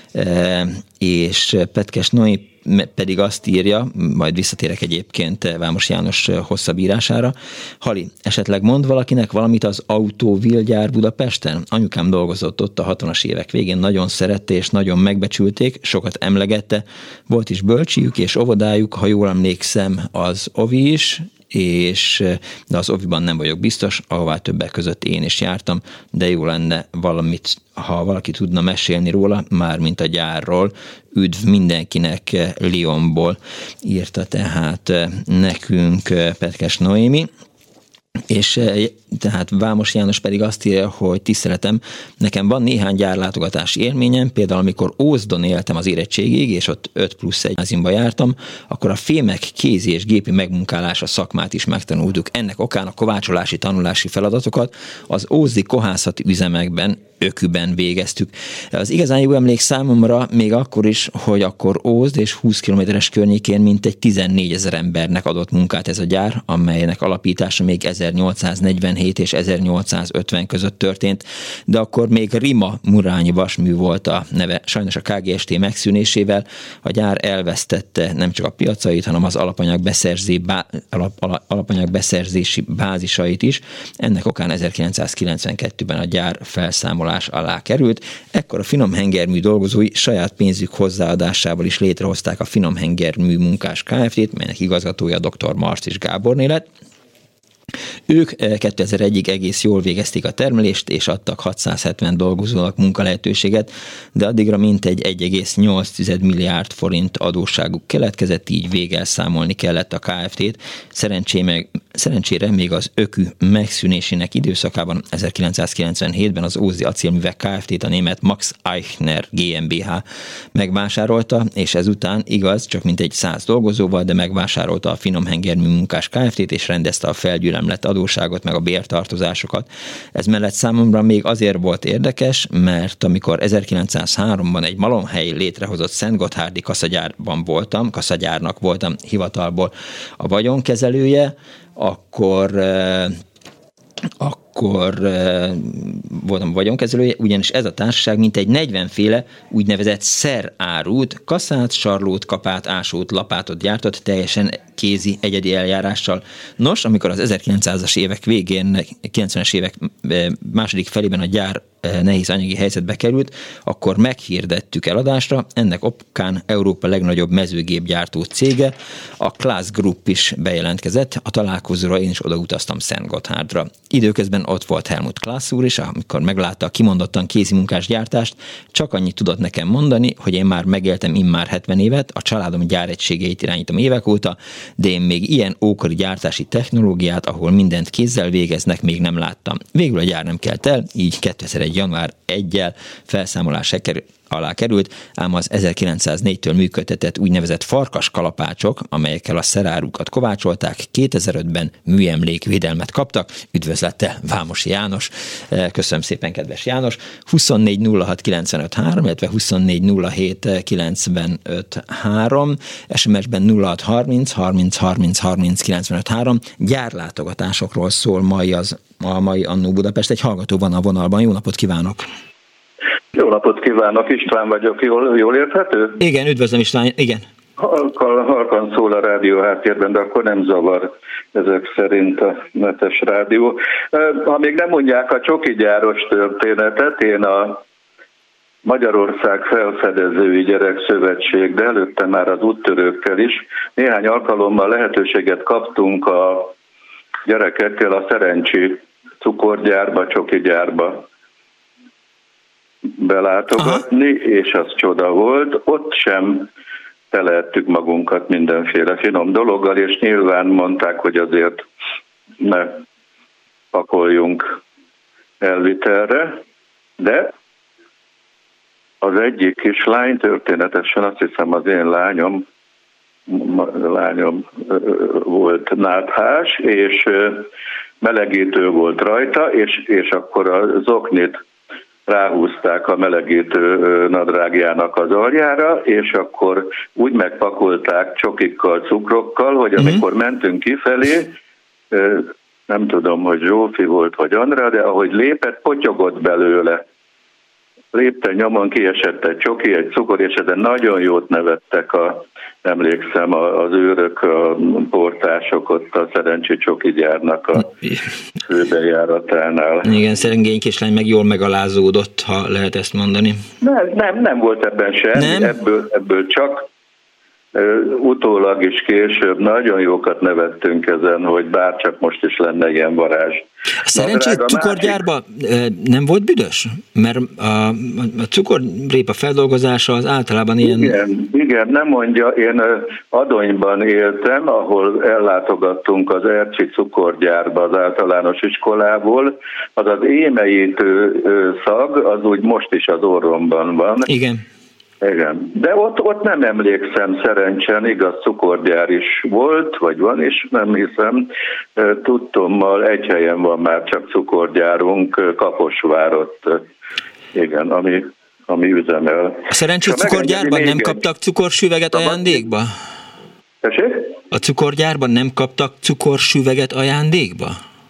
és Petkes Noé pedig azt írja, majd visszatérek egyébként Vámos János hosszabb írására. Hali, esetleg mond valakinek valamit az autóvilgyár Budapesten? Anyukám dolgozott ott a 60-as évek végén, nagyon szerette és nagyon megbecsülték, sokat emlegette. Volt is bölcsiük és óvodájuk, ha jól emlékszem, az Ovi is, de az Oviban nem vagyok biztos, ahová többek között én is jártam, de jó lenne valamit, ha valaki tudna mesélni róla, mármint a gyárról. Üdv mindenkinek Lyonból, írta tehát nekünk Petkes Noémi. És tehát Vámos János pedig azt írja, hogy tiszteletem, nekem van néhány gyárlátogatási élményem, például amikor Ózdon éltem az érettségig, és ott 5+1 gimnáziumba jártam, akkor a fémek kézi és gépi megmunkálása szakmát is megtanultuk. Ennek okán a kovácsolási tanulási feladatokat az ózdi kohászati üzemekben, Öküben végeztük. Az igazán jó emlék számomra még akkor is, hogy akkor Ózd és 20 kilométeres környékén mintegy 14 000 embernek adott munkát ez a gyár, amelynek alapítása még 1847 és 1850 között történt, de akkor még Rima Murányi vasmű volt a neve. Sajnos a KGST megszűnésével a gyár elvesztette nem csak a piacait, hanem az alapanyagbeszerzési bázisait is. Ennek okán 1992-ben a gyár felszámolás alá került. Ekkor a finomhengermű dolgozói saját pénzük hozzáadásával is létrehozták a Finomhengermű Munkás Kft-t, melynek igazgatója dr. Marcis Gáborné lett. Ők 2001-ig egész jól végezték a termelést, és adtak 670 dolgozónak munkalehetőséget, de addigra mintegy 1,8 milliárd forint adósságuk keletkezett, így végelszámolni kellett a Kft-t. Szerencsére még az Ökü megszűnésének időszakában 1997-ben az Ózdi Acélművek Kft-t a német Max Eichner GmbH megvásárolta, és ezután igaz, csak mintegy 100 dolgozóval, de megvásárolta a Finomhengermű Munkás Kft-t, és rendezte a felgyülemlett adósságot, meg a bértartozásokat. Ez mellett számomra még azért volt érdekes, mert amikor 1903-ban egy malomhely létrehozott Szentgotthárdi kaszagyárnak voltam hivatalból a vagyonkezelője, akkor voltam a vagyonkezelője, ugyanis ez a társaság mintegy 40 féle úgynevezett szerárút, kaszát, sarlót, kapát, ásót, lapátot gyártott, teljesen kézi, egyedi eljárással. Nos, amikor az 1900-as évek végén, 90-es évek második felében a gyár nehéz anyagi helyzetbe került, akkor meghirdettük eladásra, ennek okán Európa legnagyobb mezőgépgyártó cége, a Class Group is bejelentkezett, a találkozóra én is odautaztam Szentgotthárdra. Időközben ott volt Helmut Klaas úr is, amikor meglátta a kimondottan kézimunkás gyártást, csak annyit tudott nekem mondani, hogy én már megéltem immár 70 évet, a családom gyáregységeit irányítom évek óta, de én még ilyen ókori gyártási technológiát, ahol mindent kézzel végeznek, még nem láttam. Végül a gyár nem kelt el, így 2001. január 1-jel felszámolás alá került, ám az 1904-től működtetett úgynevezett farkas kalapácsok, amelyekkel a szerárukat kovácsolták, 2005-ben műemlékvédelmet kaptak. Üdvözlettel, Vámosi János. Köszönöm szépen, kedves János. 24 06 95 3, illetve 24 07 95 3, SMS-ben 06 30 30 30 30 95 3. Gyárlátogatásokról szól a mai Annó Budapest. Egy hallgató van a vonalban. Jó napot kívánok! Jó napot kívánok, István vagyok, jól érthető? Igen, üdvözlöm István, igen. Halkan szól a rádió háttérben, de akkor nem zavar ezek szerint a netes rádió. Ha még nem mondják a csokigyáros történetet, én a Magyarország Felfedezői Gyerekszövetség, de előtte már az úttörőkkel is néhány alkalommal lehetőséget kaptunk a gyerekekkel a Szerencsi cukorgyárba, csokigyárba belátogatni, és az csoda volt. Ott sem telehettük magunkat mindenféle finom dologgal, és nyilván mondták, hogy azért ne pakoljunk elvitelre, de az egyik kislány, történetesen azt hiszem az én lányom volt náthás, és melegítő volt rajta, és akkor a zoknit ráhúzták a melegítő nadrágjának az aljára, és akkor úgy megpakolták csokikkal, cukrokkal, hogy amikor mentünk kifelé, nem tudom, hogy Zsófi volt, vagy Andrá, de ahogy lépett, potyogott belőle. Lépte nyomon, kiesett egy csoki, egy cukor, és ezen nagyon jót nevettek, emlékszem, az őrök, a portások ott a Szerencsi csokigyárnak a főbejáratánál. Igen, szerengény kislány meg jól megalázódott, ha lehet ezt mondani. Nem volt ebben semmi, ebből csak utólag is később nagyon jókat nevettünk ezen, hogy bárcsak most is lenne ilyen varázs. A Szerencsi cukorgyárban nem volt büdös? Mert a cukorrépa feldolgozása az általában ilyen... Igen, nem mondja, én Adonyban éltem, ahol ellátogattunk az Ercsi cukorgyárba az általános iskolából, az az émeítő szag, az úgy most is az orromban van. Igen. Igen, de ott nem emlékszem, szerencsen, igaz, cukorgyár is volt, vagy van is, nem hiszem. Tudtommal egy helyen van már csak cukorgyárunk, Kaposvárott, igen, ami üzemel. A Szerencsi cukorgyárban nem kaptak cukorsüveget ajándékba? Tessék? A cukorgyárban nem kaptak cukorsüveget ajándékba?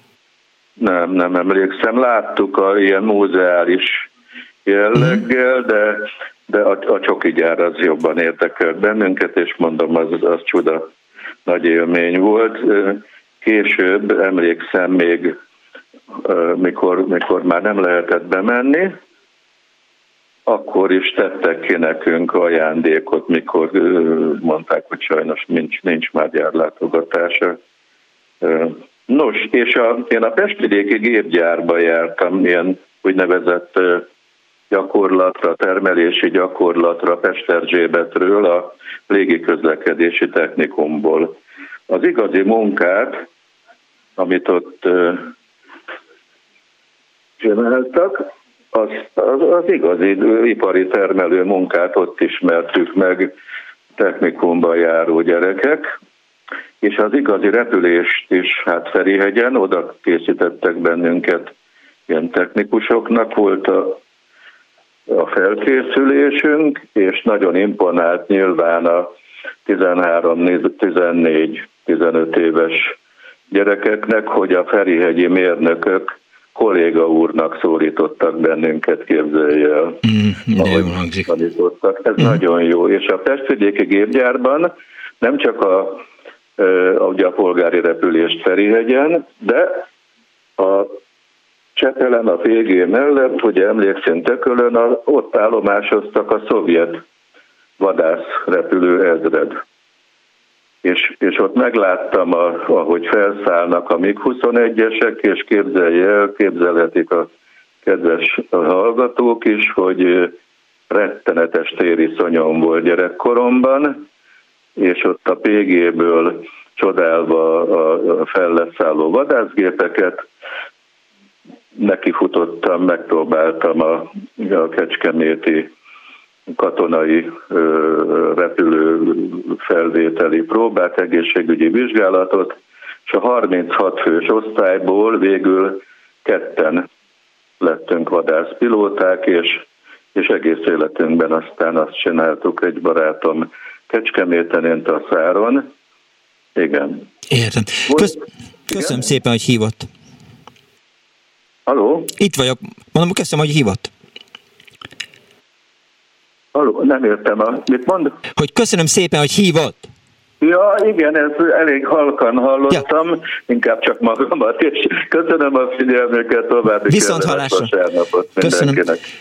Nem emlékszem, láttuk ilyen múzeális jelleggel, de a csokigyár az jobban érdekelt bennünket, és mondom, az csuda nagy élmény volt. Később emlékszem még, mikor már nem lehetett bemenni, akkor is tettek ki nekünk ajándékot, mikor mondták, hogy sajnos nincs már gyárlátogatása. Nos, és én a pestvidéki gépgyárba jártam, ilyen úgynevezett gyakorlatra, termelési gyakorlatra Pesterzsébetről, a légiközlekedési technikumból. Az igazi munkát, amit ott csináltak, az igazi ipari termelő munkát ott ismertük meg technikumban járó gyerekek, és az igazi repülést is, hát Ferihegyen, oda készítettek bennünket, ilyen technikusoknak volt a felkészülésünk, és nagyon imponált nyilván a 13-14-15 éves gyerekeknek, hogy a ferihegyi mérnökök kolléga úrnak szólítottak bennünket, képzelj el. Ez nagyon jó. És a pestvidéki gépgyárban nem csak ugye a polgári repülést Ferihegyen, de Csepelen, a PG mellett, ugye emlékszem Tökölön, ott állomásoztak a szovjet vadászrepülő ezred. És ott megláttam, ahogy felszállnak a MiG-21-esek, és képzelhetik a kedves hallgatók is, hogy rettenetes tériszonyom volt gyerekkoromban, és ott a PG-ből csodálva a felleszálló vadászgépeket, nekifutottam, megpróbáltam a kecskeméti katonai repülő felvételi próbát, egészségügyi vizsgálatot, és a 36 fős osztályból végül 2 lettünk vadászpilóták, és egész életünkben aztán azt csináltuk, egy barátom Kecskeméten, én Taszáron. Igen. Értem. Köszönöm szépen, hogy hívott. Halló? Itt vagyok. Mondom, köszönöm, hogy hívott. Halló, nem értem, mit mond? Hogy köszönöm szépen, hogy hívott. Ja, igen, ezt elég halkan hallottam, ja. Inkább csak magamat, és köszönöm a figyelmüket, további viszont hallásra. Köszönöm.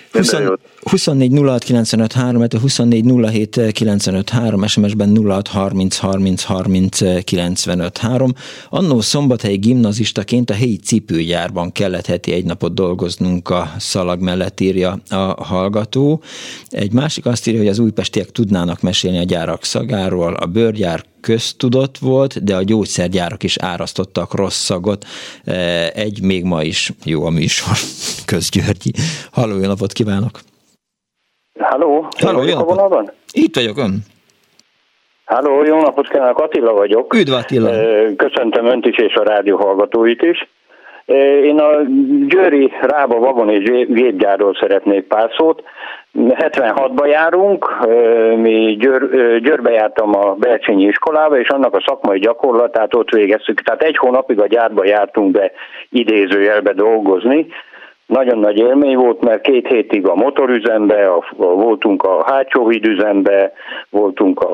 24 06 95 3, 24 07 95 3, SMS-ben 06 30 30 30 95 3. Annó szombathelyi gimnazistaként a helyi cipőgyárban kellett heti 1 napot dolgoznunk a szalag mellett, írja a hallgató. Egy másik azt írja, hogy az újpestiek tudnának mesélni a gyárak szagáról, a bőrgyár köztudott volt, de a gyógyszergyárak is árasztottak rossz szagot. Még ma is jó a műsor. Közgyörgyi. Halló, jó napot kívánok! Halló, jó napot! Itt vagyok, ön. Halló, jó napot kívánok, Attila vagyok. Üdv Attila! Köszöntöm önt is és a rádió hallgatóit is. Én a győri Rába Vagon és Gépgyárról szeretnék pár szót. 76-ba járunk, mi Győrbe jártam a Bercsényi iskolába, és annak a szakmai gyakorlatát ott végeztük. Tehát 1 hónapig a gyárba jártunk be idézőjelbe dolgozni. Nagyon nagy élmény volt, mert 2 hétig a motorüzembe, voltunk a hátsó hídüzembe, voltunk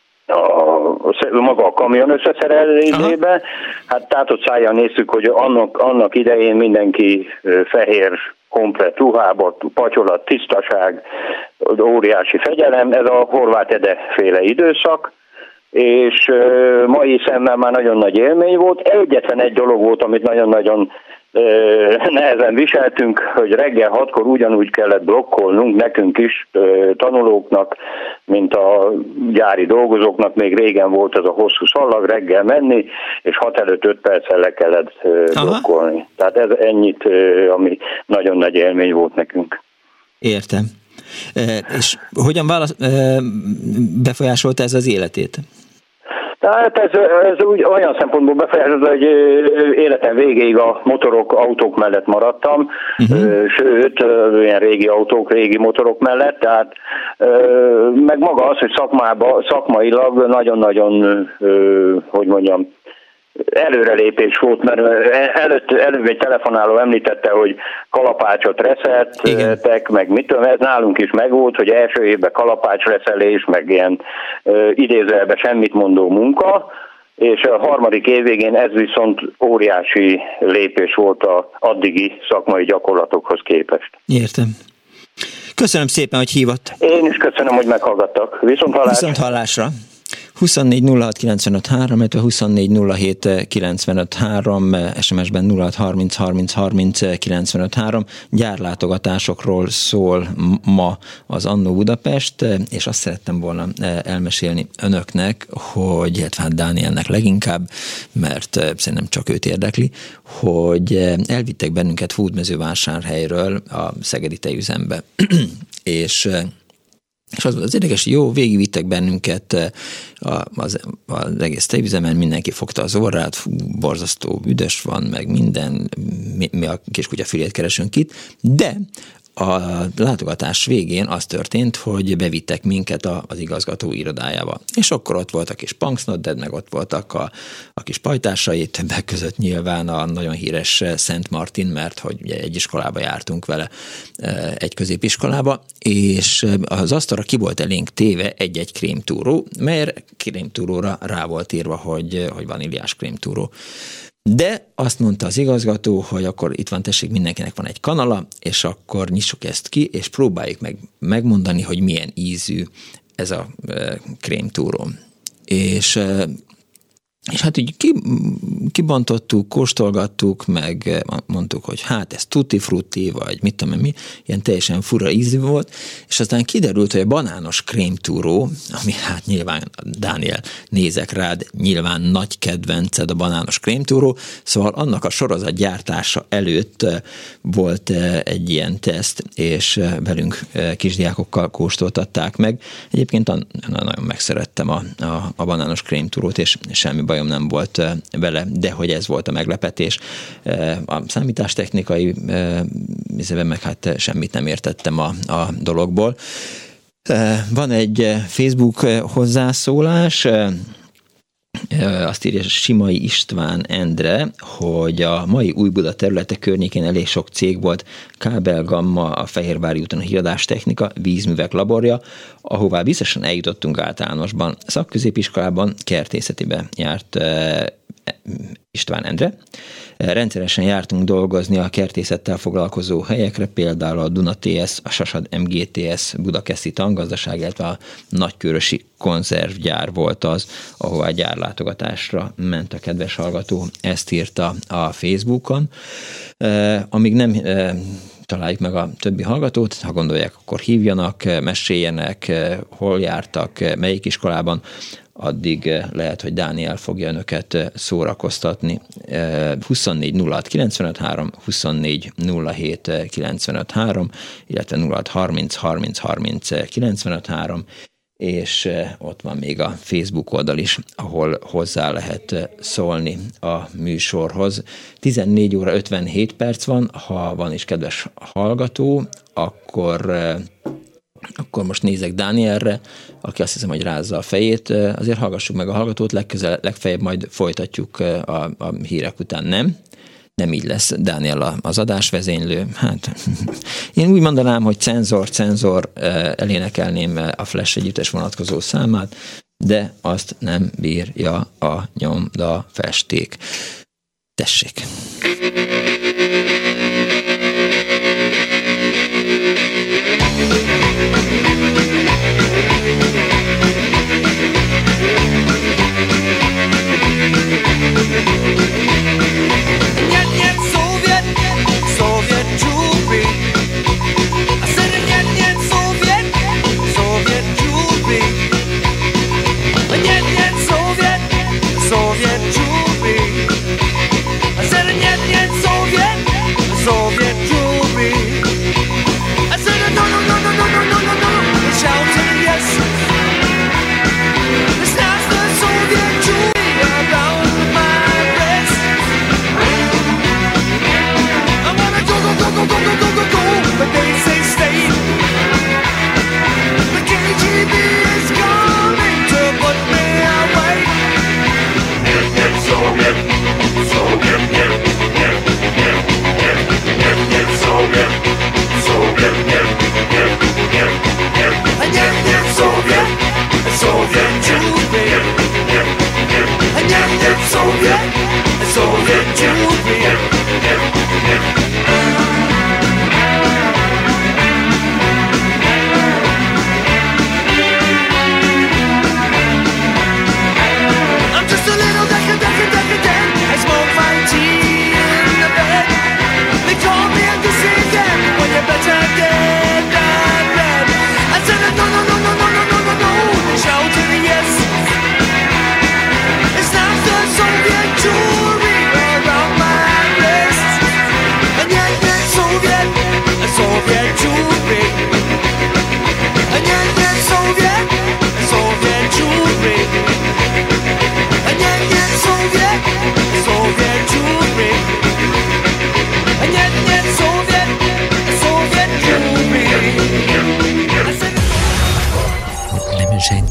maga a kamion összeszerelésében. Hát tátott szájjal néztük, hogy annak idején mindenki fehér komplett ruhába, patyolat, tisztaság, óriási fegyelem, ez a Horváth Ede féle időszak, és mai szemmel már nagyon nagy élmény volt. Egyetlen egy dolog volt, amit nagyon-nagyon nehezen viseltünk, hogy reggel 6-kor ugyanúgy kellett blokkolnunk nekünk is, tanulóknak, mint a gyári dolgozóknak. Még régen volt az a hosszú szalag, reggel menni, és 6 előtt 5 perccel le kellett blokkolni. Tehát ez ennyit, ami nagyon nagy élmény volt nekünk. Értem. És hogyan befolyásolta ez az életét? Tehát ez úgy olyan szempontból befolyásolta, hogy életem végéig a motorok, autók mellett maradtam, sőt, ilyen régi autók, régi motorok mellett, tehát meg maga az, hogy szakmailag nagyon-nagyon, hogy mondjam, előrelépés volt, mert előbb egy telefonáló említette, hogy kalapácsot reszeltek, meg mitől, ez nálunk is megvolt, hogy első évben kalapácsreszelés, meg ilyen idézőjelben semmit mondó munka, és a 3. év végén ez viszont óriási lépés volt az addigi szakmai gyakorlatokhoz képest. Értem. Köszönöm szépen, hogy hívott. Én is köszönöm, hogy meghallgattak. Viszont hallásra. 24 06 95 3, 24 07 95 3, SMS-ben 06 30 30 30 95 3. Gyárlátogatásokról szól ma az Annó Budapest, és azt szerettem volna elmesélni önöknek, hogy hát Dánielnek leginkább, mert szerintem csak őt érdekli, hogy elvittek bennünket Hódmezővásárhelyről a szegedi tejüzembe, és az érdekes, jó, végigvittek bennünket az egész tejüzemen, mindenki fogta az orrát, borzasztó üdös van, meg minden, mi a kiskutya fülét keresünk itt, de a látogatás végén az történt, hogy bevittek minket az igazgató irodájába. És akkor ott volt a kis Punks Not Dead, meg ott voltak a kis pajtásai, többek között nyilván a nagyon híres Szent Martin, mert hogy ugye egy iskolába jártunk vele, egy középiskolába, és az asztalra ki volt elénk téve egy-egy krémtúró, mert krémtúróra rá volt írva, hogy vaníliás krémtúró. De azt mondta az igazgató, hogy akkor itt van, tessék, mindenkinek van egy kanala, és akkor nyissuk ezt ki, és próbáljuk megmondani, hogy milyen ízű ez a krémtúró. És hát így kibontottuk, kóstolgattuk, meg mondtuk, hogy hát ez tutti frutti, vagy mit tudom mi, ilyen teljesen fura ízű volt, és aztán kiderült, hogy a banános krémtúró, ami hát nyilván, Dániel, nézek rád, nyilván nagy kedvenced a banános krémtúró, szóval annak a sorozatgyártása előtt volt egy ilyen teszt, és velünk kisdiákokkal kóstoltatták meg. Egyébként nagyon megszerettem a banános krémtúrót, és semmi bajom nem volt vele, de hogy ez volt a meglepetés. A számítástechnikai ízében meg hát semmit nem értettem a dologból. Van egy Facebook hozzászólás, azt írja Simai István Endre, hogy a mai Újbuda területe környékén elég sok cég volt, Kábel Gamma, a Fehérvári úton a híradástechnika, vízművek laborja, ahová biztosan eljutottunk általánosban. Szakközépiskolában kertészetibe járt István Endre. Rendszeresen jártunk dolgozni a kertészettel foglalkozó helyekre, például a Duna TS, a Sasad MGTS Budakeszi Tangazdaság, illetve a Nagykőrösi konzervgyár volt az, ahová a gyárlátogatásra ment a kedves hallgató. Ezt írta a Facebookon. Amíg nem találjuk meg a többi hallgatót, ha gondolják, akkor hívjanak, meséljenek, hol jártak, melyik iskolában, addig lehet, hogy Dániel fogja önöket szórakoztatni. 24 06 95 3, 24 07 95 3, illetve 06 30 30 30 95 3, és ott van még a Facebook oldal is, ahol hozzá lehet szólni a műsorhoz. 14 óra 57 perc van, ha van is kedves hallgató, akkor most nézek Dánielre, aki azt hiszem, hogy rázza a fejét. Azért hallgassuk meg a hallgatót, legfeljebb majd folytatjuk a hírek után, nem így lesz Dániel az adásvezénylő. Hát én úgy mondanám, hogy cenzor, elénekelném a Flash együttes vonatkozó számát, de azt nem bírja a nyomda festék. Tessék!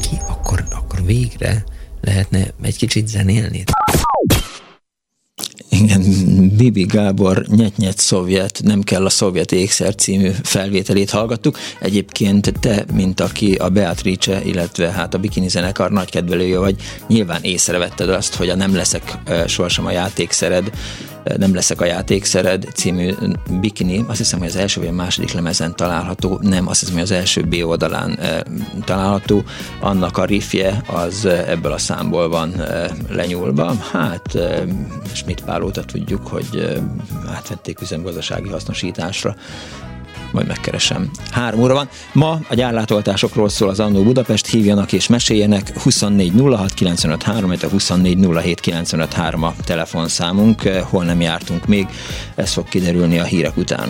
Végre lehetne egy kicsit zenélni. Igen, Bibi Gábor Nyet-nyet szovjet, nem kell a szovjet ékszer című felvételét hallgattuk. Egyébként te, mint aki a Beatrice, illetve hát a Bikini zenekar nagy kedvelője vagy, nyilván észrevetted azt, hogy a Nem leszek sohasem a játékszered, Nem leszek a játékszered című Bikini, azt hiszem, hogy az első vagy a második lemezen található, nem, azt hiszem, hogy az első B oldalán található, annak a riffje az ebből a számból van lenyúlva. Hát Schmidt Pál óta tudjuk, hogy átvették üzemgazdasági hasznosításra. Majd megkeresem. 3 óra van. Ma a gyárlátogatásokról szól az Annó Budapest, hívjanak és meséljenek. 24 06 95 3, 24 07 95 3 a telefonszámunk. Hol nem jártunk még, ez fog kiderülni a hírek után.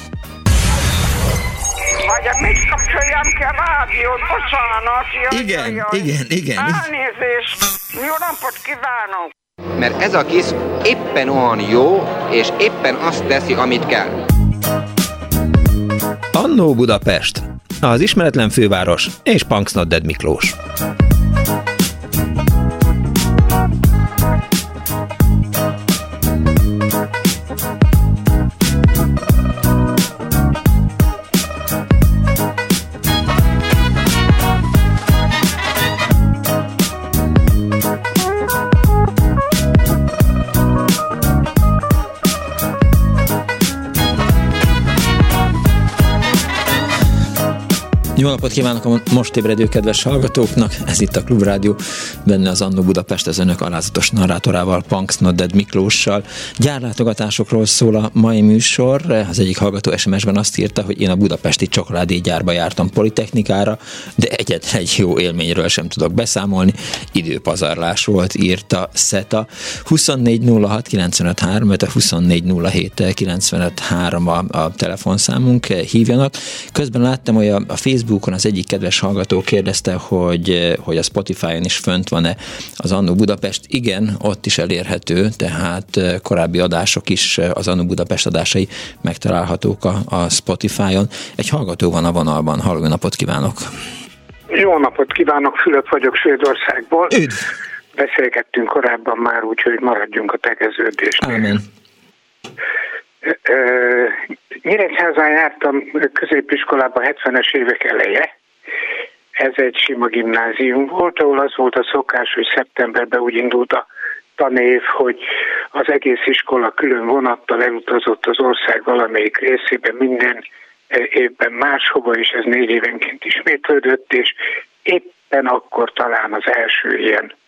Vagy mit kapcsoljam ki a rádiót? Bocsánat. Igen. Elnézést. Jó napot kívánok. Mert ez a kis éppen olyan jó, és éppen azt teszi, amit kell. Annó Budapest, az ismeretlen főváros és Punks Not Dead Miklós. Jó napot kívánok a most ébredő kedves hallgatóknak, ez itt a Klubrádió, benne az Annó Budapest, az önök alázatos narrátorával, Punks Not Dead Miklóssal. Gyárlátogatásokról szól a mai műsor, az egyik hallgató SMS-ben azt írta, hogy én a budapesti csokoládégyárba jártam politechnikára, de egyetlen egy jó élményről sem tudok beszámolni, időpazarlás volt, írta Szeta. 24 06 95 3, 24 07 95 3 a telefonszámunk, hívjanak. Közben láttam, hogy a Facebookon az egyik kedves hallgató kérdezte, hogy a Spotify-on is fönt van-e az Annó Budapest. Igen, ott is elérhető, tehát korábbi adások is, az Annó Budapest adásai megtalálhatók a Spotify-on. Egy hallgató van a vonalban. Halló, napot kívánok! Jó napot kívánok, Fülöp vagyok Svédországból. Üdv! Beszélgettünk korábban már, úgyhogy maradjunk a tegeződésnél. Ámen. Nyíregyházán jártam középiskolában 70-es évek eleje. Ez egy sima gimnázium volt, ahol az volt a szokás, hogy szeptemberben úgy indult a tanév, hogy az egész iskola külön vonattal elutazott az ország valamelyik részébe, minden évben máshova, és ez 4 évenként ismétlődött, és éppen akkor talán az első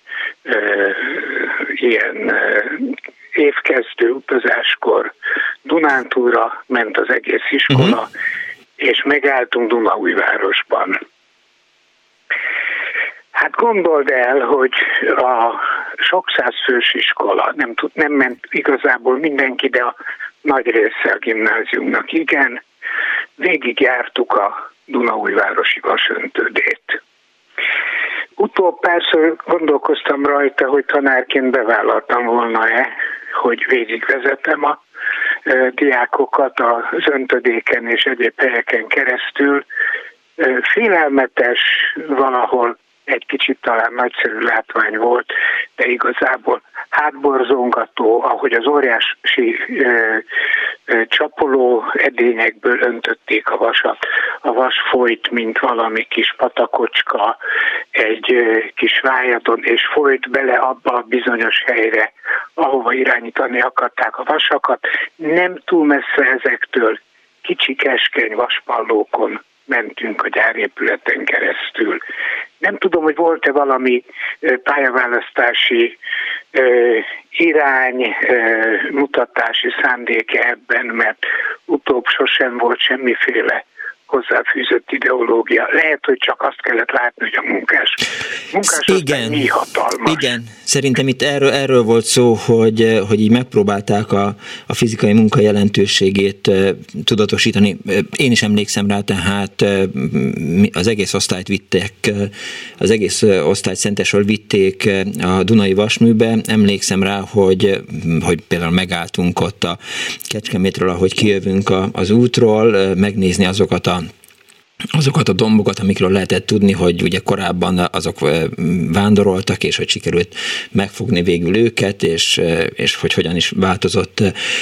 ilyen évkezdő utazáskor Dunántúlra ment az egész iskola, és megálltunk Dunaújvárosban. Hát gondold el, hogy a sok százfős iskola, nem ment igazából mindenki, de a nagy része a gimnáziumnak igen, végigjártuk a Dunaújvárosi vasöntődét. Utóbb persze gondolkoztam rajta, hogy tanárként bevállaltam volna-e, hogy végigvezetem a diákokat az öntödéken és egyéb helyeken keresztül. Félelmetes, valahol egy kicsit talán nagyszerű látvány volt, de igazából hátborzongató, ahogy az óriási csapoló edényekből öntötték a vasat. A vas folyt, mint valami kis patakocska egy kis vájaton, és folyt bele abba a bizonyos helyre, ahova irányítani akarták a vasakat. Nem túl messze ezektől, kicsi keskeny vaspallókon mentünk a gyárépületen keresztül. Nem tudom, hogy volt-e valami pályaválasztási irány, mutatási szándéke ebben, mert utóbb sosem volt semmiféle hozzáfűzött ideológia. Lehet, hogy csak azt kellett látni, hogy a munkás mi hatalmas. Igen, szerintem itt erről volt szó, hogy így megpróbálták a fizikai munka jelentőségét tudatosítani. Én is emlékszem rá, tehát az egész osztályt vitték, az egész osztályt Szentesről vitték a Dunai Vasműbe. Emlékszem rá, hogy például megálltunk ott a Kecskemétről, ahogy kijövünk az útról, megnézni azokat azokat a dombokat, amikről lehetett tudni, hogy ugye korábban azok vándoroltak, és hogy sikerült megfogni végül őket, és hogy hogyan is változott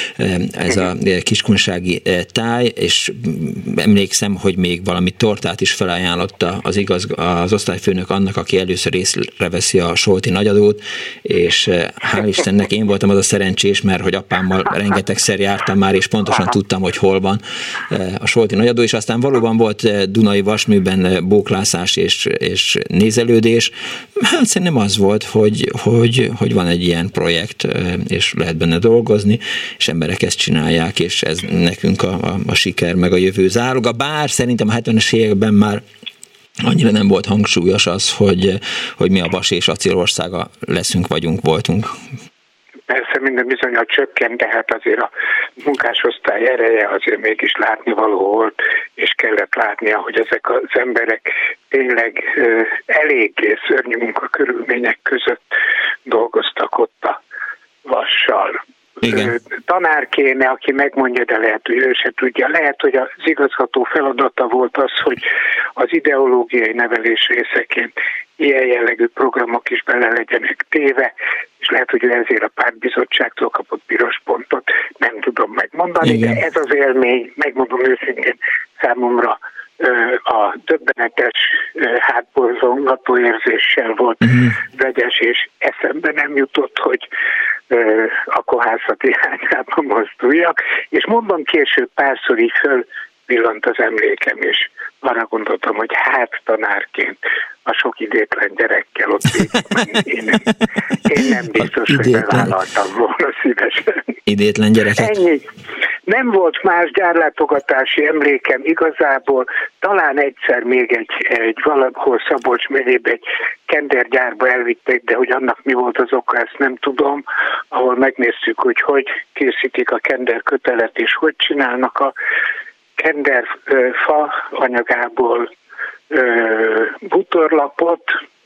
ez a kiskunsági táj, és emlékszem, hogy még valami tortát is felajánlotta az osztályfőnök annak, aki először észreveszi a Solti nagyadót, és hál' Istennek én voltam az a szerencsés, mert hogy apámmal rengetegszer jártam már, és pontosan tudtam, hogy hol van a Solti nagyadó, és aztán valóban volt Dunai Vasműben bóklászás és nézelődés. Hát szerintem az volt, hogy van egy ilyen projekt, és lehet benne dolgozni, és emberek ezt csinálják, és ez nekünk a siker, meg a jövő záloga. Bár szerintem a 70-es években már annyira nem volt hangsúlyos az, hogy mi a vas és acélországa leszünk, voltunk. Persze minden bizonnyal csökkent, de hát azért a munkásosztály ereje azért mégis látnivaló volt, és kellett látnia, hogy ezek az emberek tényleg eléggé szörnyű munkakörülmények között dolgoztak ott a vassal. Igen. Tanár kéne, aki megmondja, de lehet, hogy ő se tudja. Lehet, hogy az igazgató feladata volt az, hogy az ideológiai nevelés részeként ilyen jellegű programok is bele legyenek téve, és lehet, hogy ő ezért a pártbizottságtól kapott piros pontot, nem tudom megmondani, igen. De ez az élmény, megmondom őszintén, számomra a döbbenetes hátborzongató érzéssel volt vegyes, és eszembe nem jutott, hogy a kohászati irányába mozduljak, és mondom, később párszor így fölvillant az emlékem, és arra gondoltam, hogy hát tanárként a sok idétlen gyerekkel ott végigmenni. Én nem biztos, hogy bevállaltam volna szívesen. Idétlen gyereket? Ennyi. Nem volt más gyárlátogatási emlékem igazából, talán egyszer még egy valahol Szabolcs megyébe egy kendergyárba elvitték, de hogy annak mi volt az oka, ezt nem tudom, ahol megnéztük, hogy készítik a kender kötelet, és hogy csinálnak a kender fa anyagából bútorlapot,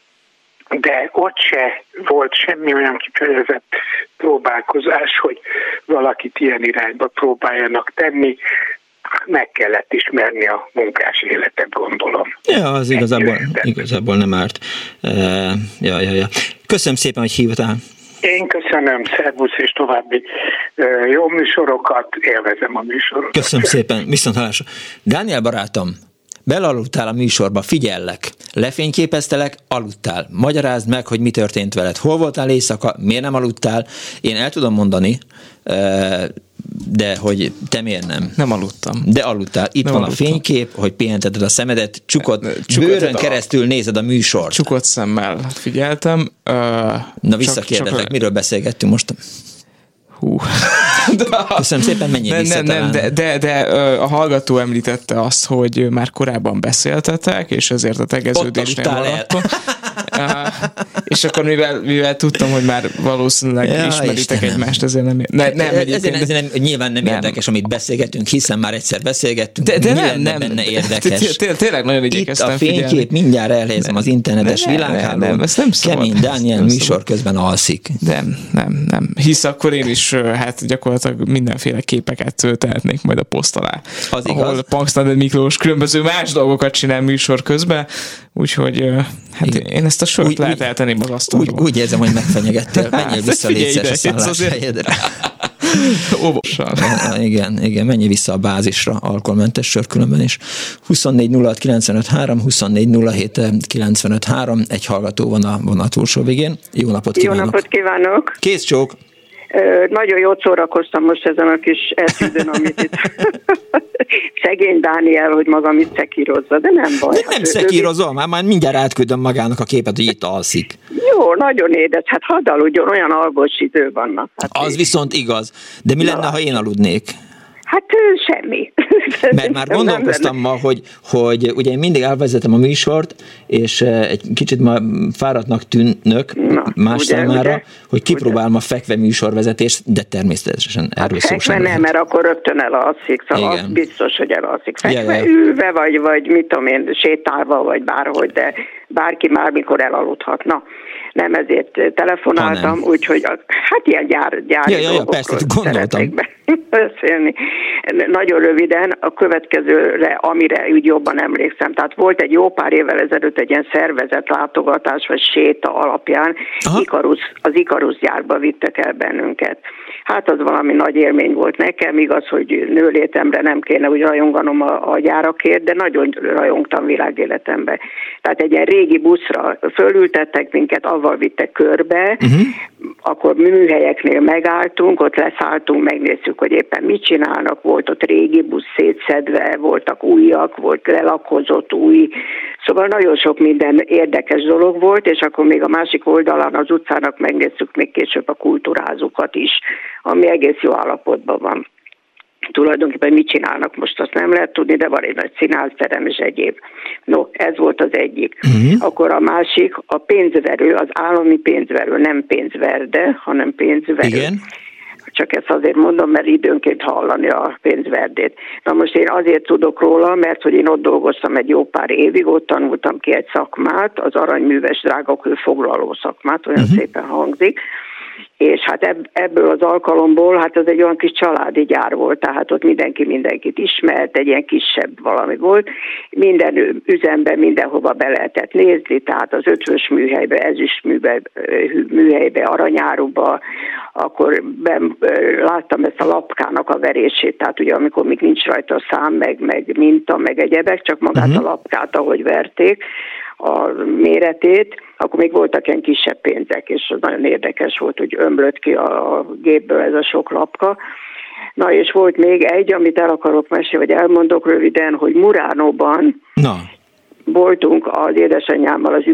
de ott se volt semmi olyan kifejezett próbálkozás, hogy valakit ilyen irányba próbáljanak tenni. Meg kellett ismerni a munkás életet, gondolom. Ja, az igazából nem árt. Ja. Köszönöm szépen, hogy hívtál. Én köszönöm, szervusz, és további jó műsorokat, élvezem a műsorokat. Köszönöm szépen, viszonthallásra. Dániel barátom, belaludtál a műsorba, figyellek. Lefényképeztelek, aludtál. Magyarázd meg, hogy mi történt veled. Hol voltál éjszaka, miért nem aludtál? Én el tudom mondani, de hogy te miért nem? Nem aludtam. De aludtál. Itt nem van aludtam. A fénykép, hogy pihenteted a szemedet, csukott bőrön keresztül nézed a műsort. Csukott szemmel figyeltem. Na visszakérdezek, miről beszélgettünk most? Köszönöm szépen, menjél vissza. Nem, de a hallgató említette azt, hogy már korábban beszéltetek, és ezért a tegeződésnél maradtam. És akkor mivel tudtam, hogy már valószínűleg ismeritek egymást, ezért ezért nyilván nem érdekes, amit beszélgetünk, hiszen már egyszer beszélgettünk, de nem benne érdekes. Tényleg nagyon igyekeztem figyelni. Itt a fénykép, mindjárt elhelyezem az internetes világhálón. Kemény Dániel műsor közben alszik. Nem. Hisz akkor én is hát gyakorlatilag mindenféle képeket tehetnék majd a poszt alá. Az ahol igaz. Punks Not Dead Miklós különböző más dolgokat csinál műsor közben, úgyhogy hát én ezt a sört lehet eltenném az asztalról. Úgy érzem, hogy megfenyegettél. Menjél vissza, létszes a szálláshelyedre. Óvatosan. Igen, menjél vissza a bázisra, alkoholmentes sör különben is. 24 06 95 3, 24 07 95 3, egy hallgató van a vonat túlsó végén. Jó napot kívánok! Jó napot kívánok! Kész csók! Nagyon jól szórakoztam most ezen a kis eszűzön, amit itt szegény Dániel, hogy magam itt szekírozza, de nem baj. De nem szekírozom, már mindjárt átküldöm magának a képet, hogy itt alszik. Jó, nagyon édes, hát hadd aludjon, olyan algos idő vannak. Hát az viszont igaz, de mi lenne, ha én aludnék? Hát semmi. Mert már gondolkoztam ma, hogy ugye én mindig elvezetem a műsort, és egy kicsit már fáradtnak tűnök más számára, hogy kipróbálom a fekve műsorvezetést, de természetesen erről szó sem. Nem, mert akkor rögtön elalszik, szóval az biztos, hogy elalszik. Fekve ülve, vagy mit tudom én, sétálva, vagy bárhogy, de bárki már mikor elaludhatna. Nem ezért telefonáltam, úgyhogy hát ilyen gyári dolgokról szeretnék beszélni. Nagyon röviden a következőre, amire úgy jobban emlékszem. Tehát volt egy jó pár évvel ezelőtt egy ilyen szervezett látogatás, vagy séta alapján az Ikarus gyárba vittek el bennünket. Hát az valami nagy élmény volt nekem, igaz, hogy nőlétemre nem kéne úgy rajonganom a gyárakért, de nagyon rajongtam világéletemben. Tehát egy ilyen régi buszra fölültettek minket, avval vittek körbe, akkor műhelyeknél megálltunk, ott leszálltunk, megnéztük, hogy éppen mit csinálnak, volt ott régi busz szétszedve, voltak újak, volt lelakozott új, szóval nagyon sok minden érdekes dolog volt, és akkor még a másik oldalán az utcának megnéztük még később a kultúrázukat is, ami egész jó állapotban van. Tulajdonképpen mit csinálnak most, azt nem lehet tudni, de van egy nagy színházterem és egyéb. No, ez volt az egyik. Akkor a másik, a pénzverő, az állami pénzverő, nem pénzverde, hanem pénzverő. Igen. Csak ezt azért mondom, mert időnként hallani a pénzverdét. Na most én azért tudok róla, mert hogy én ott dolgoztam egy jó pár évig, ott tanultam ki egy szakmát, az aranyműves drágakő foglaló szakmát, olyan szépen hangzik, és hát ebből az alkalomból, hát ez egy olyan kis családi gyár volt, tehát ott mindenki mindenkit ismert, egy ilyen kisebb valami volt, minden üzemben mindenhova be lehetett nézni, tehát az Ötvös műhelybe, Ezüst műhelybe, Aranyáruba, akkor láttam ezt a lapkának a verését, tehát ugye amikor még nincs rajta szám, meg minta, meg egyebek, csak magát a lapkát, ahogy verték, a méretét, akkor még voltak ilyen kisebb pénzek, és az nagyon érdekes volt, hogy ömlött ki a gépből ez a sok lapka. Na és volt még egy, amit el akarok mesélni, vagy elmondok röviden, hogy Muránóban voltunk az édesanyámmal az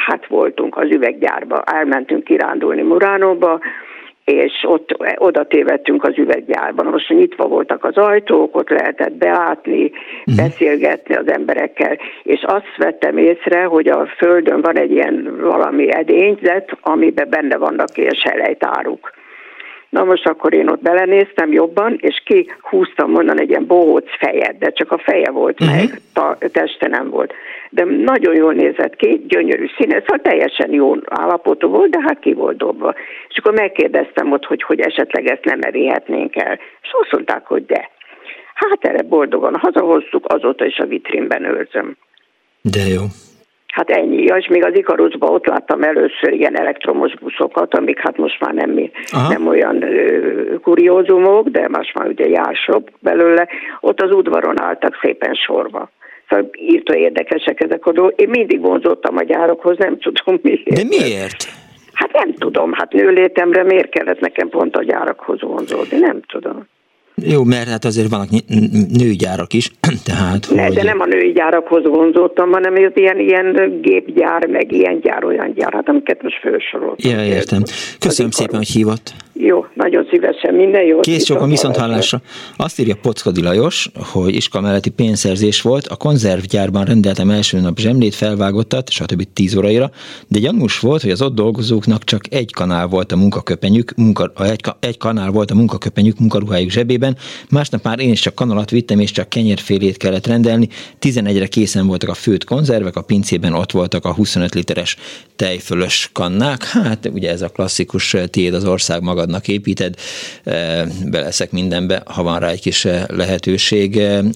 üveggyárba, elmentünk kirándulni Muránóba, és ott oda tévedtünk az üveggyárban. Most nyitva voltak az ajtók, ott lehetett beátni, beszélgetni az emberekkel, és azt vettem észre, hogy a földön van egy ilyen valami edényzet, amiben benne vannak ilyen selejtáruk. Na most akkor én ott belenéztem jobban, és kihúztam onnan egy ilyen bohóc fejet, de csak a feje volt meg, teste nem volt. De nagyon jól nézett ki, gyönyörű színe, szóval teljesen jó állapotú volt, de hát ki volt dobva. És akkor megkérdeztem ott, hogy esetleg ezt nem evéhetnénk el. És azt mondták, hogy de. Hát erre boldogan hazahoztuk, azóta is a vitrínben őrzöm. De jó. Hát ennyi, és még az Ikarusban ott láttam először ilyen elektromos buszokat, amik hát most már nem olyan kuriózumok, de most már ugye jár sok belőle, ott az udvaron álltak szépen sorba. Szóval írtó érdekesek ezek a dolgok. Én mindig vonzottam a gyárokhoz, nem tudom miért. De miért? Hát nem tudom, hát nőlétemre miért kellett nekem pont a gyárakhoz vonzódni, nem tudom. Jó, mert hát azért vannak nőgyárak is, tehát... De nem a női gyárakhoz vonzódtam, hanem ez ilyen gépgyár, meg ilyen gyár, olyan gyár, hát amiket most felsoroltam. Ja, értem. Köszönöm szépen, hogy hívott. Jó, nagyon szívesen, minden jót. Kész sokan viszonthallásra. Azt írja Pockadi Lajos, hogy iskola melletti pénzszerzés volt, a konzervgyárban rendeltem első nap zsemlét, felvágottat, stb. 10 óraira, de gyanús volt, hogy az ott dolgozóknak csak egy kanál volt a munkaköpenyük, egy kanál volt a munkaköpenyük munkaruhájuk zsebében, másnap már én is csak kanalat vittem, és csak kenyérfélét kellett rendelni, 11-re készen voltak a főtt konzervek, a pincében ott voltak a 25 literes tejfölös kannák, hát ugye ez a klasszikus tiéd az ország magadnak építed, beleszek mindenbe, ha van rá egy kis lehetőség.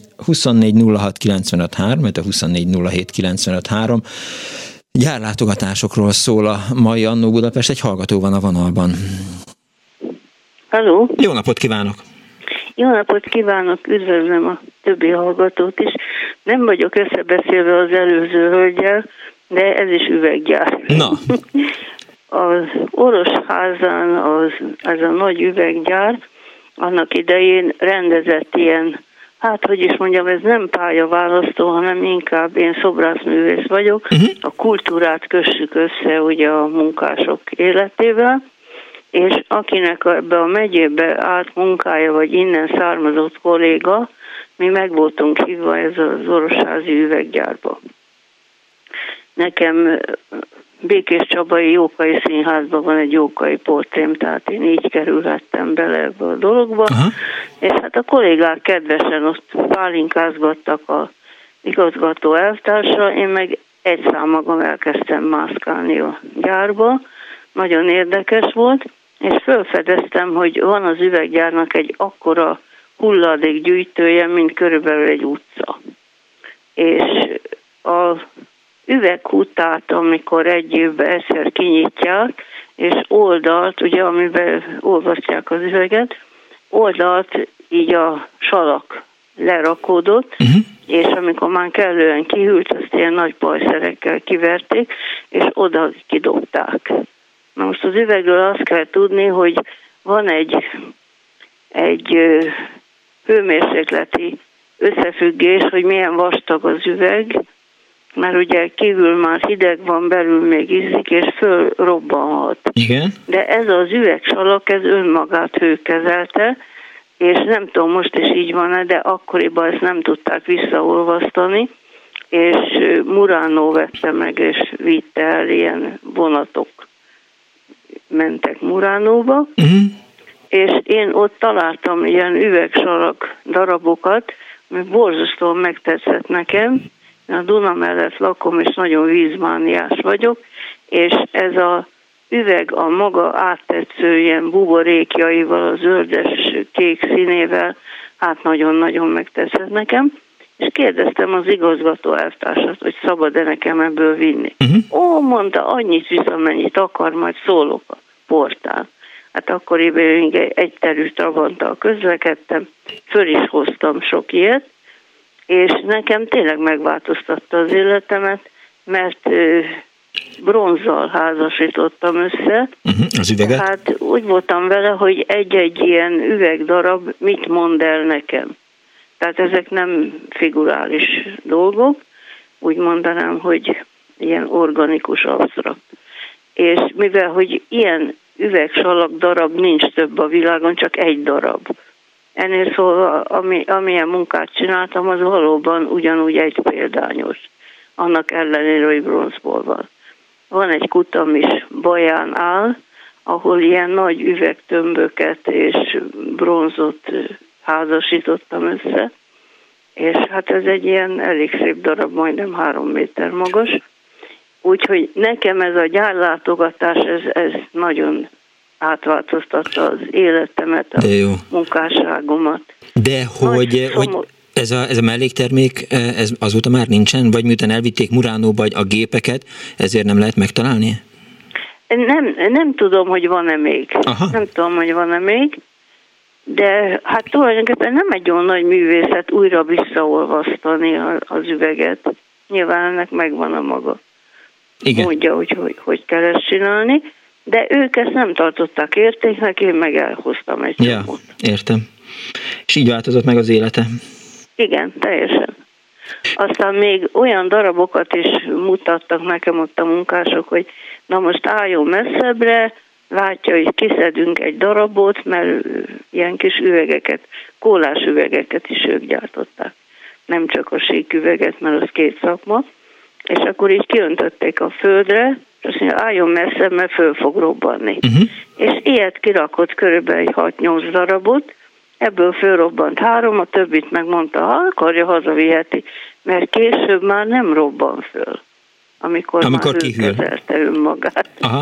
24 06 95 3, mert a 24 07 95 3. Gyárlátogatásokról szól a mai Annó Budapest, egy hallgató van a vonalban. Halló! Jó napot kívánok! Jó napot kívánok, üdvözlöm a többi hallgatót is. Nem vagyok összebeszélve az előző hölgyel, de ez is üveggyár. Na! Az Orosházán ez a nagy üveggyár annak idején rendezett ilyen, hát hogy is mondjam, ez nem pályaválasztó, hanem inkább én szobrászművész vagyok. A kultúrát kössük össze ugye a munkások életével, és akinek ebbe a megyébe állt munkája, vagy innen származott kolléga, mi meg voltunk hívva ez az Orosházi üveggyárba. Nekem Békés Csabai Jókai Színházban van egy jókai portrém, tehát én így kerülhettem bele ebbe a dologba, és hát a kollégák kedvesen ott pálinkázgattak a igazgató elvtársa, én meg egy számagom elkezdtem mászkálni a gyárba, nagyon érdekes volt, és felfedeztem, hogy van az üveggyárnak egy akkora hulladékgyűjtője, mint körülbelül egy utca. És a üveghutát, amikor egy évben egyszer kinyitják, és oldalt, ugye amiben olvasztják az üveget, oldalt így a salak lerakódott, és amikor már kellően kihűlt, azt ilyen nagy pajszerekkel kiverték, és oda kidobták. Na most az üvegről azt kell tudni, hogy van egy hőmérsékleti összefüggés, hogy milyen vastag az üveg, mert ugye kívül már hideg van, belül még izzik, és fölrobbanhat. Igen. De ez az üvegsalak, ez önmagát hőkezelte, és nem tudom, most is így van-e, de akkoriban ezt nem tudták visszaolvasztani, és Murano vette meg, és vitte el, ilyen vonatok mentek Muránóba, és én ott találtam ilyen üvegsalak darabokat, ami borzasztóan megtetszett nekem. A Duna mellett lakom, és nagyon vízmániás vagyok, és ez a üveg a maga áttetsző ilyen buborékjaival, a zöldes kék színével, hát nagyon-nagyon megtetszett nekem, és kérdeztem az igazgató elvtársat, hogy szabad-e nekem ebből vinni. Ó, mondta, annyit visz, amennyit akar, majd szólok a portál. Hát akkoriban egy terű Trabanttal közlekedtem, föl is hoztam sok ilyet, és nekem tényleg megváltoztatta az életemet, mert bronzzal házasítottam össze. Az üveget? Hát úgy voltam vele, hogy egy-egy ilyen üvegdarab mit mond el nekem. Tehát ezek nem figurális dolgok, úgy mondanám, hogy ilyen organikus, absztrakt. És mivel, hogy ilyen üvegsalak darab nincs több a világon, csak egy darab. Ennél szóval, amilyen munkát csináltam, az valóban ugyanúgy egy példányos. Annak ellenére, hogy bronzból van. Van egy kutam is Baján áll, ahol ilyen nagy üvegtömböket és bronzot házasítottam össze, és hát ez egy ilyen elég szép darab, majdnem 3 méter magas. Úgyhogy nekem ez a gyárlátogatás, ez nagyon átváltoztatta az életemet, a munkásságomat. De hogy ez a melléktermék, ez azóta már nincsen? Vagy miután elvitték Muránóba a gépeket, ezért nem lehet megtalálni? Nem tudom, hogy van-e még. Aha. Nem tudom, hogy van-e még, de hát tulajdonképpen nem egy olyan nagy művészet újra visszaolvasztani az üveget. Nyilván ennek megvan a maga. Igen. Mondja, hogy kell ezt csinálni, de ők ezt nem tartották értéknek, én meg elhoztam egy csomót. Értem. És így változott meg az élete? Igen, teljesen. Aztán még olyan darabokat is mutattak nekem ott a munkások, hogy na most álljon messzebbre, látja, hogy kiszedünk egy darabot, mert ilyen kis üvegeket, kólás üvegeket is ők gyártották. Nem csak a síküveget, mert az 2 szakma. És akkor így kiöntötték a földre, és azt mondja, álljon messzebb, mert föl fog robbanni. És ilyet kirakott körülbelül 6-8 darabot, ebből fölrobbant 3, a többit megmondta, ha akarja, hazaviheti, mert később már nem robban föl, amikor már kezelte önmagát. Aha.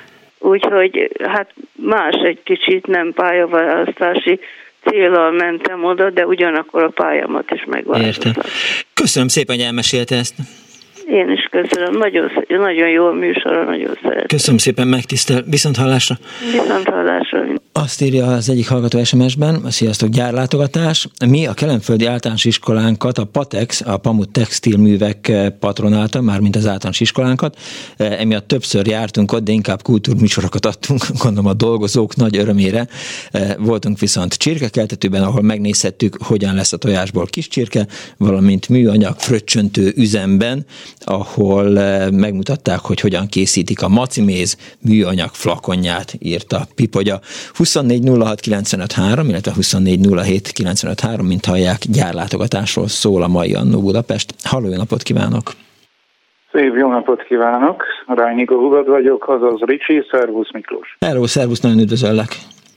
Úgyhogy hát más egy kicsit, nem pályaválasztási céllal mentem oda, de ugyanakkor a pályámat is megváltoztattam. Köszönöm szépen, hogy elmesélte ezt. Én is köszönöm. Nagyon jó a műsora, nagyon szeretem. Köszönöm szépen, megtisztel. Viszonthallásra. Viszonthallásra. Azt írja az egyik hallgató SMS-ben, sziasztok, gyárlátogatás. Mi a Kelenföldi általános iskolánkat, a PATEX, a Pamut Textilművek patronálta, mármint az általános iskolánkat. Emiatt többször jártunk ott, de inkább kultúrműsorokat adtunk, gondolom a dolgozók nagy örömére. Voltunk viszont csirkekeltetőben, ahol megnézhettük, hogyan lesz a tojásból kis csirke, valamint műanyag fröccsöntő üzemben, ahol megmutatták, hogy hogyan készítik a maciméz műanyag flakonját, írta Pipogya. 24 06 95 3, illetve 24 07 95 3, mint hallják, gyárlátogatásról szól a mai Annó Budapest. Halló, jó napot kívánok! Szép jó napot kívánok! Rányigo Hugad vagyok, azaz Ricsi, szervusz Miklós! Hello, szervusz, nagyon üdvözöllek!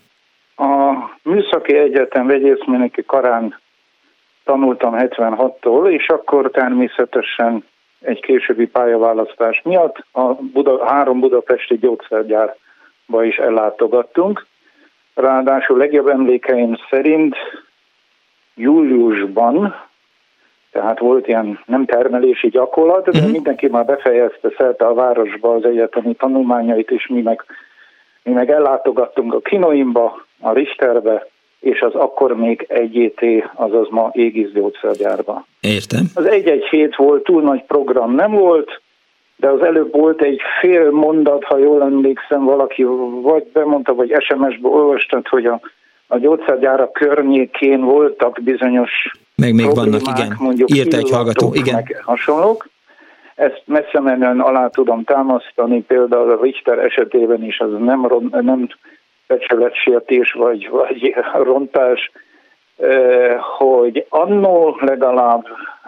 A Műszaki Egyetem vegyészmérnöki karán tanultam 76-tól, és akkor természetesen egy későbbi pályaválasztás miatt három budapesti gyógyszergyárba is ellátogattunk. Ráadásul legjobb emlékeim szerint júliusban, tehát volt ilyen nem termelési gyakorlat, de mindenki már befejezte szerte a városba az egyetemi tanulmányait, és mi meg ellátogattunk a Kinoimba, a Richterbe, és az akkor még 1ET, azaz ma Aegis gyógyszergyárba. Értem. Az 1-1-7 volt, túl nagy program nem volt, de az előbb volt egy fél mondat, ha jól emlékszem, valaki vagy bemondta, vagy SMS-be olvastad, hogy a gyógyszergyárak környékén voltak bizonyos még vannak, igen. Mondjuk írta egy hallgató, igen. Meg hasonlók. Ezt messze menően alá tudom támasztani, például a Richter esetében is az nem becsületsértés vagy rontás, hogy annó legalább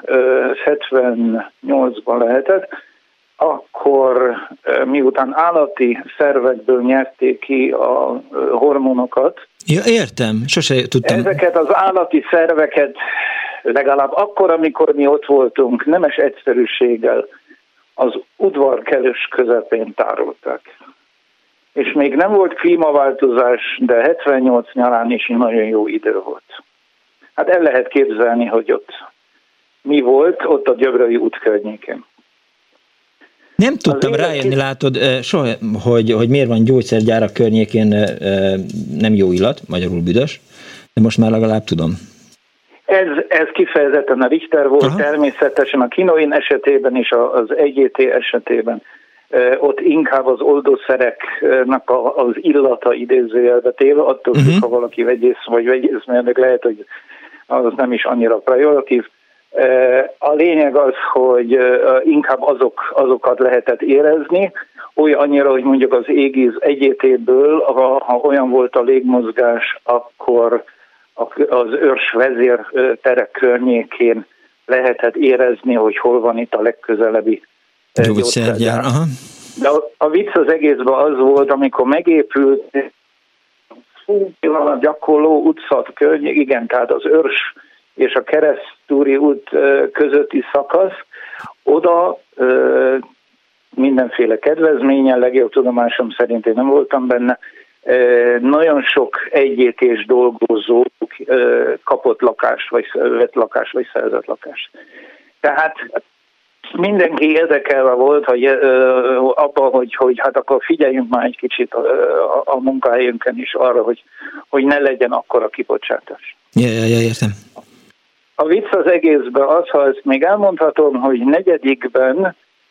78-ban lehetett, akkor miután állati szervekből nyerték ki a hormonokat. Ja, értem, sose tudtam. Ezeket az állati szerveket legalább akkor, amikor mi ott voltunk, nemes egyszerűséggel az udvarkelős közepén tárolták. És még nem volt klímaváltozás, de 78 nyarán is nagyon jó idő volt. Hát el lehet képzelni, hogy ott mi volt, ott a Gyöbröi út környékén. Nem tudtam rájönni, látod, soha, hogy miért van gyógyszergyárak környékén nem jó illat, magyarul büdös, de most már legalább tudom. Ez kifejezetten a Richter volt. Aha. Természetesen a Kinoin esetében és az 1ET esetében. Ott inkább az oldószereknek az illata idézőjelbe téve, attól függ, ha valaki vegyész vagy vegyészmérnök, lehet, hogy az nem is annyira pejoratív. A lényeg az, hogy inkább azokat lehetett érezni, annyira, hogy mondjuk az Aegis 1ET-ből, ha olyan volt a légmozgás, akkor az őrs vezérterek környékén lehetett érezni, hogy hol van itt a legközelebbi gyógyszergyár. De a vicc az egészben az volt, amikor megépült a Gyakorló utca környék, igen, tehát az őrs és a Keresztúri út közötti szakasz, oda mindenféle kedvezményen, legjobb tudomásom szerint én nem voltam benne, nagyon sok 1ET-s dolgozó kapott lakást, vagy vett lakást, vagy szerzett lakást. Tehát mindenki érdekelve volt, hogy abban, hogy hát akkor figyeljünk már egy kicsit a munkahelyünkön is arra, hogy ne legyen akkora kibocsátás. Ja, értem. A vicc az egészben az, ha ezt még elmondhatom, hogy 4-ben,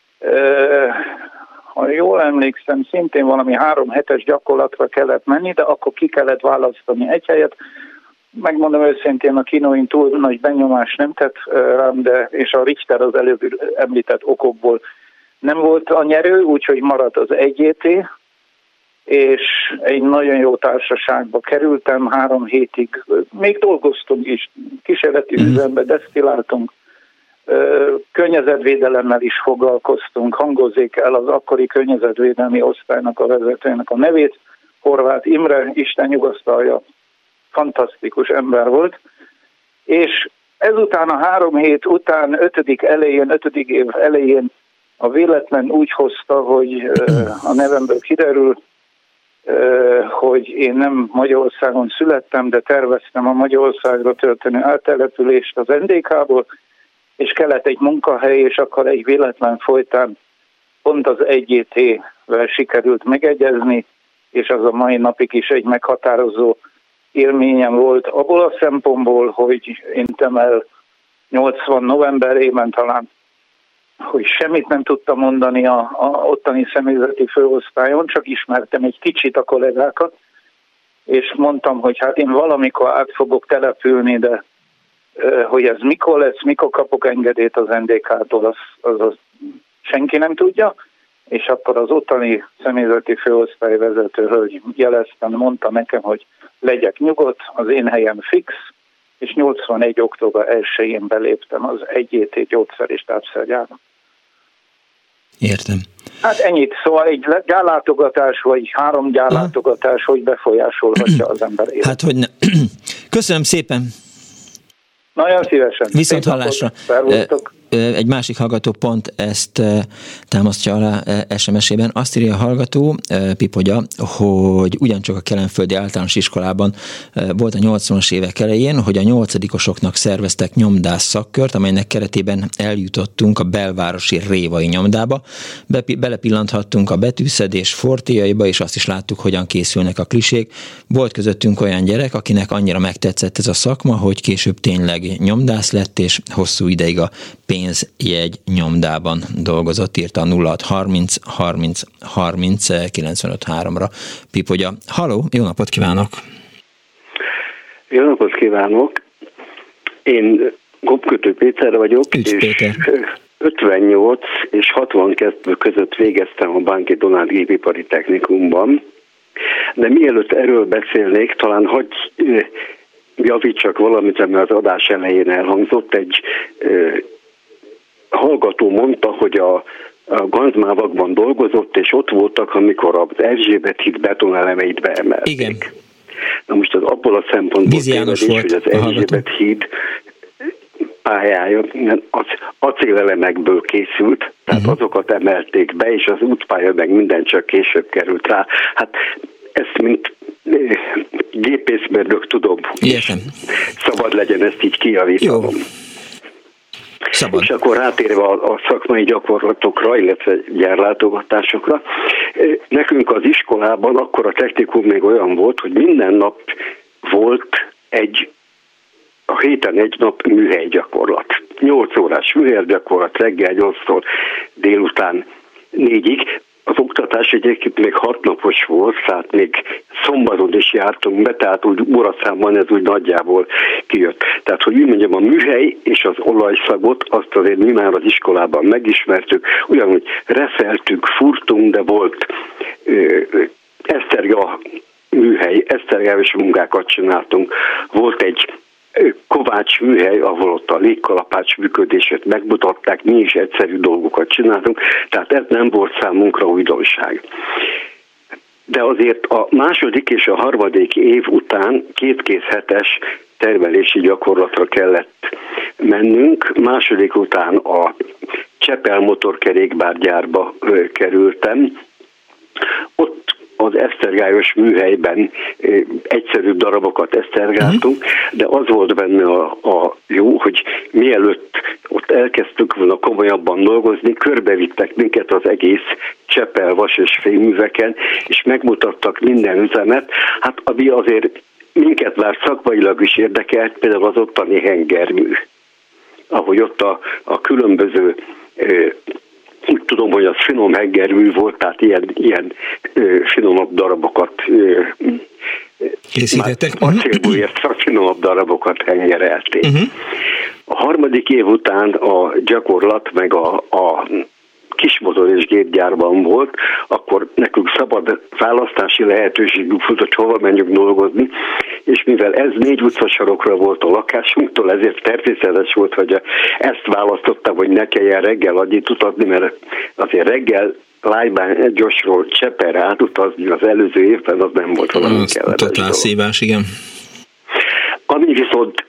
ha jól emlékszem, szintén valami 3 hetes gyakorlatra kellett menni, de akkor ki kellett választani egy helyet. Megmondom őszintén, a Kinoin túl nagy benyomás nem tett rám, és a Richter az előbb említett okokból nem volt a nyerő, úgyhogy maradt az 1ET, és egy nagyon jó társaságba kerültem, 3 hétig, még dolgoztunk is, kísérleti üzembe desztilláltunk, környezetvédelemmel is foglalkoztunk, hangozzék el az akkori környezetvédelmi osztálynak a vezetőjének a nevét, Horváth Imre, Isten nyugasztalja, fantasztikus ember volt, és ezután a 3 hét után 5. év elején a véletlen úgy hozta, hogy a nevemből kiderül, hogy én nem Magyarországon születtem, de terveztem a Magyarországra történő áttelepülést az NDK-ból, és kellett egy munkahely, és akkor egy véletlen folytán pont az 1ET-vel sikerült megegyezni, és az a mai napig is egy meghatározó élményem volt abból a szempontból, hogy én el 80 novemberében talán, hogy semmit nem tudtam mondani a ottani személyzeti főosztályon, csak ismertem egy kicsit a kollégákat, és mondtam, hogy hát én valamikor át fogok települni, de hogy ez mikor lesz, mikor kapok engedélyt az NDK-tól, az senki nem tudja, és akkor az ottani személyzeti főosztály vezető hölgy jeleztem, mondta nekem, hogy legyek nyugodt, az én helyem fix, és 81. október 1-én beléptem az 1ET gyógyszer és tápszergyárba. Értem. Hát ennyit, szóval egy gyárlátogatás, vagy 3 gyárlátogatás, hogy befolyásolhatja az ember életet. Hát, hogy ne. Köszönöm szépen. Nagyon szívesen. Viszont hallásra. egy másik hallgató pont ezt támasztja alá SMS-ében. Azt írja a hallgató, Pipogya, hogy ugyancsak a Kelenföldi Általános Iskolában volt a 80-as évek elején, hogy a 8-osoknak szerveztek nyomdász szakkört, amelynek keretében eljutottunk a belvárosi Révai nyomdába. Belepillanthattunk a betűszedés fortéjaiba, és azt is láttuk, hogyan készülnek a klisék. Volt közöttünk olyan gyerek, akinek annyira megtetszett ez a szakma, hogy később tényleg nyomdász lett, és hosszú ideig a pénzjegy nyomdában dolgozott, írta a 0630 30 30 95-3-ra Pipogya. Halló, jó napot kívánok! Jó napot kívánok! Én Gopkötő Péter vagyok, Üdv, és Péter. 58 és 62 között végeztem a Bánki Donát Gépipari Technikumban, de mielőtt erről beszélnék, talán hagyj javítsak valamit, ami az adás elején elhangzott. Egy hallgató mondta, hogy a Ganzmávakban dolgozott, és ott voltak, amikor az Erzsébet híd betonelemeit beemelték. Igen. Na most az abból a szempontból tévedés, hogy az Erzsébet híd pályája az acélelemekből készült, tehát azokat emelték be, és az útpálya meg minden csak később került rá. Hát ezt mint gépészmérnök tudom. Értem. Szabad legyen ezt így kijavítanom. Szabad. És akkor rátérve a szakmai gyakorlatokra, illetve gyárlátogatásokra, nekünk az iskolában akkor a technikum még olyan volt, hogy minden nap volt a héten egy nap műhelygyakorlat. 8 órás műhelygyakorlat reggel 8-tól délután 4-ig. Az oktatás egyébként még 6 napos volt, tehát még szombaton is jártunk be, tehát úgy óraszámban ez úgy nagyjából kijött. Tehát, hogy úgy mondjam, a műhely és az olajszagot, azt azért mi már az iskolában megismertük, ugyanúgy reszeltük, furtunk, de volt Eszterga műhely, esztergályos munkákat csináltunk. Volt egy Kovács műhely, ahol ott a légkalapács működését megmutatták, mi is egyszerű dolgokat csináltunk, tehát ez nem volt számunkra újdonság. De azért a második és a harmadik év után 2 hetes termelési gyakorlatra kellett mennünk. Második után a Csepel motorkerékbárgyárba kerültem. Ott az esztergályos műhelyben egyszerűbb darabokat esztergáltunk, de az volt benne a jó, hogy mielőtt ott elkezdtük volna komolyabban dolgozni, körbevittek minket az egész Csepel vas- és fémműveken, és megmutattak minden üzemet, hát ami azért minket már szakmailag is érdekelt, például az ottani hengermű, ahogy ott a különböző úgy tudom, hogy az finom hengermű volt, tehát ilyen finomabb darabokat készítettek. Acélból ért finomabb darabokat hengerelték. A harmadik év után a gyakorlat meg a kismotor és gépgyárban volt, akkor nekünk szabad választási lehetőségünk volt, hogy hova menjünk dolgozni, és mivel ez 4 utcasarokra volt a lakásunktól, ezért természetes volt, hogy ezt választottam, hogy ne kelljen reggel annyit utazni, mert azért reggel Lájbányosról Csepelre átutazni az előző évben, az nem volt valami kellemes. Totál szívás, igen. Ami viszont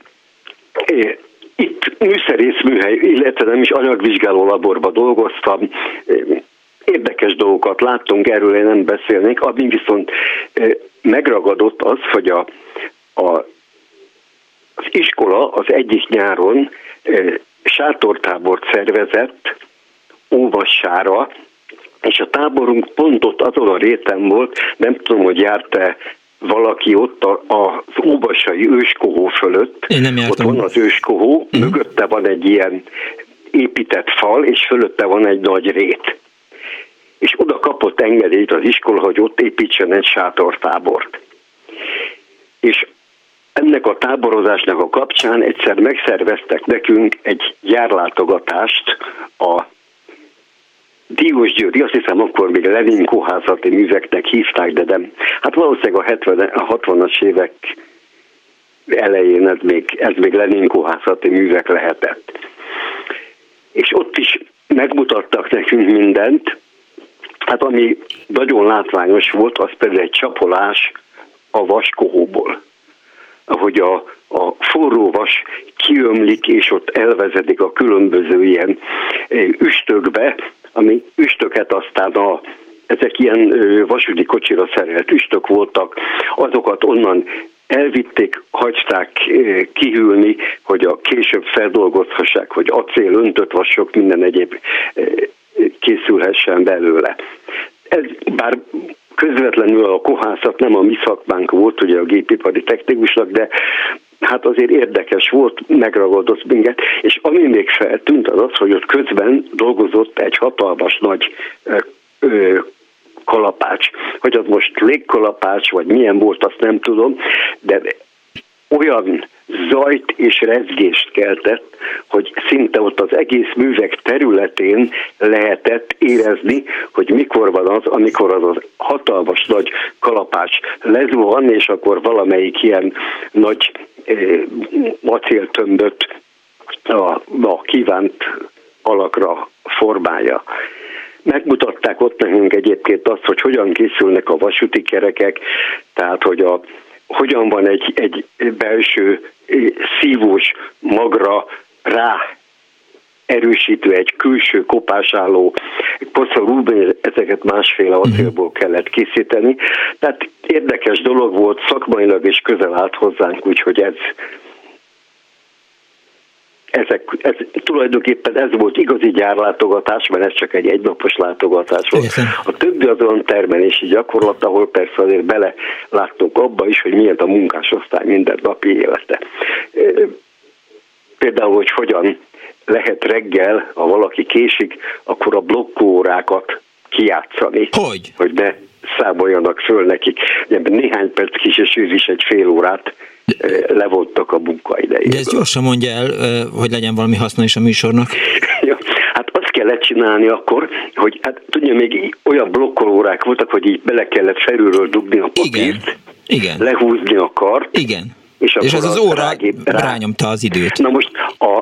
itt műszerész műhely, illetve nem is anyagvizsgáló laborban dolgoztam, érdekes dolgokat láttunk, erről én nem beszélnék, ami viszont megragadott az, hogy az iskola az egyik nyáron sátortábort szervezett Óvassára, és a táborunk pont ott azon a réten volt, nem tudom, hogy járt-e valaki ott az óvassai őskohó fölött. Én nem jártam. Ott van az őskohó, mögötte van egy ilyen épített fal, és fölötte van egy nagy rét. És oda kapott engedélyt az iskola, hogy ott építsen egy sátortábort. És ennek a táborozásnak a kapcsán egyszer megszerveztek nekünk egy gyárlátogatást a Diósgyőri, azt hiszem akkor még Lenin Kohászati műveknek hívták, de nem. Hát valószínűleg a 60-as évek elején ez még Lenin Kohászati művek lehetett. És ott is megmutattak nekünk mindent, hát ami nagyon látványos volt, az például egy csapolás a vaskohóból. ahogy a forró vas kiömlik, és ott elvezetik a különböző ilyen üstökbe, ami üstöket aztán ezek ilyen vasúti kocsira szerelt üstök voltak, azokat onnan elvitték, hagyták kihűlni, hogy a később feldolgozhassák, hogy acél, öntött vasok, minden egyéb készülhessen belőle. Ez bár közvetlenül a kohászat nem a mi szakmánk volt, ugye a gépipari technikusnak, de hát azért érdekes volt, megragadott minket, és ami még feltűnt az, hogy ott közben dolgozott egy hatalmas nagy kalapács. Hogy az most légkalapács, vagy milyen volt, azt nem tudom, de olyan zajt és rezgést keltett, hogy szinte ott az egész művek területén lehetett érezni, hogy mikor van az, amikor az hatalmas nagy kalapács lezuhan, és akkor valamelyik ilyen nagy acéltömböt a kívánt alakra formálja. Megmutatták ott nekünk egyébként azt, hogy hogyan készülnek a vasúti kerekek, tehát hogy hogyan van egy belső szívós magra rá erősítő egy külső kopásálló koszorúban, ezeket másféle acélból kellett készíteni. Tehát érdekes dolog volt, szakmailag is közel állt hozzánk, úgyhogy ez tulajdonképpen ez volt igazi gyárlátogatás, mert ez csak egy egynapos látogatás volt. A többi az olyan termelési gyakorlat, ahol persze azért beleláttunk abba is, hogy milyen a munkásosztály mindennapi élete. Például, hogy hogyan lehet reggel, ha valaki késik, akkor a blokkóórákat kijátszani. Hogy ne számoljanak föl nekik. Néhány perc kísérés is egy fél órát levontak a munkaidejéből. De ezt gyorsan mondja el, hogy legyen valami haszna is a műsornak. Ja, hát azt kellett csinálni akkor, hogy hát tudja, még olyan blokkolórák voltak, hogy így bele kellett felülről dugni a papírt, igen. Lehúzni a kart. Igen. És az óra rányomta az időt. Na most a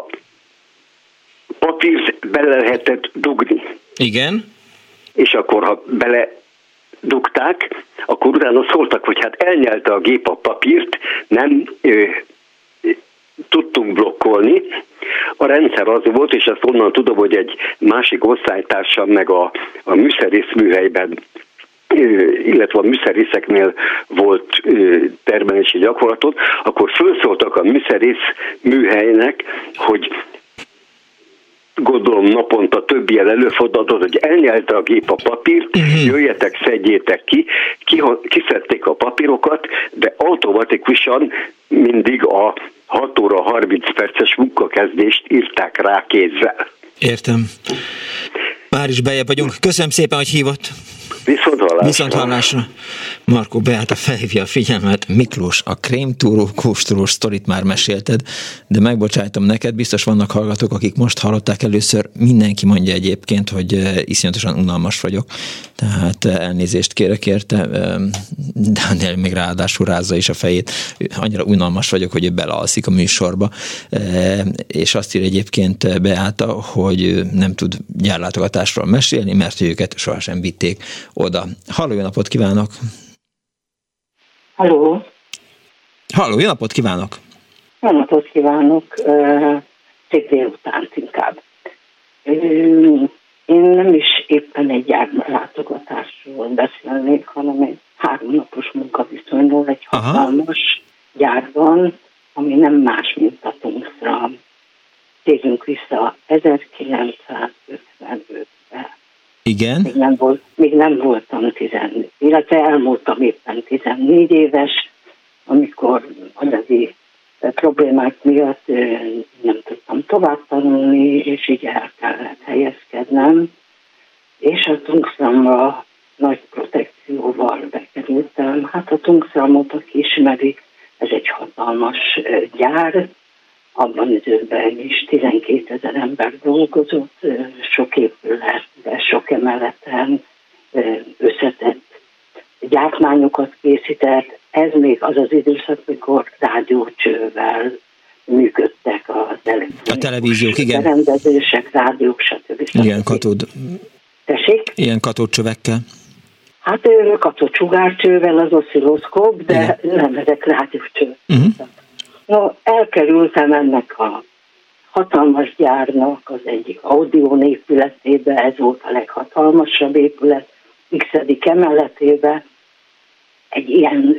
papírt bele lehetett dugni. Igen. És akkor, ha dugták, akkor utána szóltak, hogy hát elnyelte a gép a papírt, nem tudtunk blokkolni. A rendszer az volt, és ezt onnan tudom, hogy egy másik osztálytársam meg a műszerész műhelyben, illetve a műszerészeknél volt termelési gyakorlatot, akkor felszóltak a műszerész műhelynek, hogy gondolom naponta több ilyen előfordulhatott, hogy elnyelte a gép a papírt, jöjjetek, szedjétek ki, kiszedték a papírokat, de automatikusan mindig a 6 óra 30 perces munkakezdést írták rá kézzel. Értem. Már is bejebb vagyunk. Köszönöm szépen, hogy hívott. Viszonthallásra. Markó Beáta felhívja a figyelmet. Miklós, a krémtúró, kóstolós sztorit már mesélted, de megbocsájtom neked, biztos vannak hallgatók, akik most hallották először. Mindenki mondja egyébként, hogy iszonyatosan unalmas vagyok, tehát elnézést kérek érte, de még ráadásul rázza is a fejét. Annyira unalmas vagyok, hogy ő belealszik a műsorba, és azt ír egyébként Beáta, hogy nem tud gyárlátogatásról mesélni, mert őket sohasem vitték oda. Halló, jó napot kívánok! Halló! Halló, jó napot kívánok! Jó napot kívánok! Szép délutánt inkább. Én nem is éppen egy gyárlátogatásról beszélnék, hanem egy 3 napos munkaviszonyról egy hatalmas gyárban, ami nem más, mint a Tungsram. Térjünk vissza 1955-ben. Igen. Még nem voltam 14, illetve elmúltam éppen 14 éves, amikor anyagi problémák miatt nem tudtam tovább tanulni, és így el kellett helyezkednem, és a Tungsramra nagy protekcióval bekerültem. Hát a Tungsramot, aki ismeri, ez egy hatalmas gyár, abban időben is 12 000 ember dolgozott, sok épületben, sok emeleten összetett gyártmányokat készített. Ez még az az időszak, mikor rádiócsővel működtek a televíziók, igen. Berendezések, rádiók, stb. Igen, katód. Tessék? Ilyen katódcsövekkel. Hát kapott sugárcsővel az oszcilloszkóp, de nem ezek rádiócső. No, elkerültem ennek a hatalmas gyárnak az egyik Audion épületébe, ez volt a leghatalmasabb épület, x-edik emeletébe, egy ilyen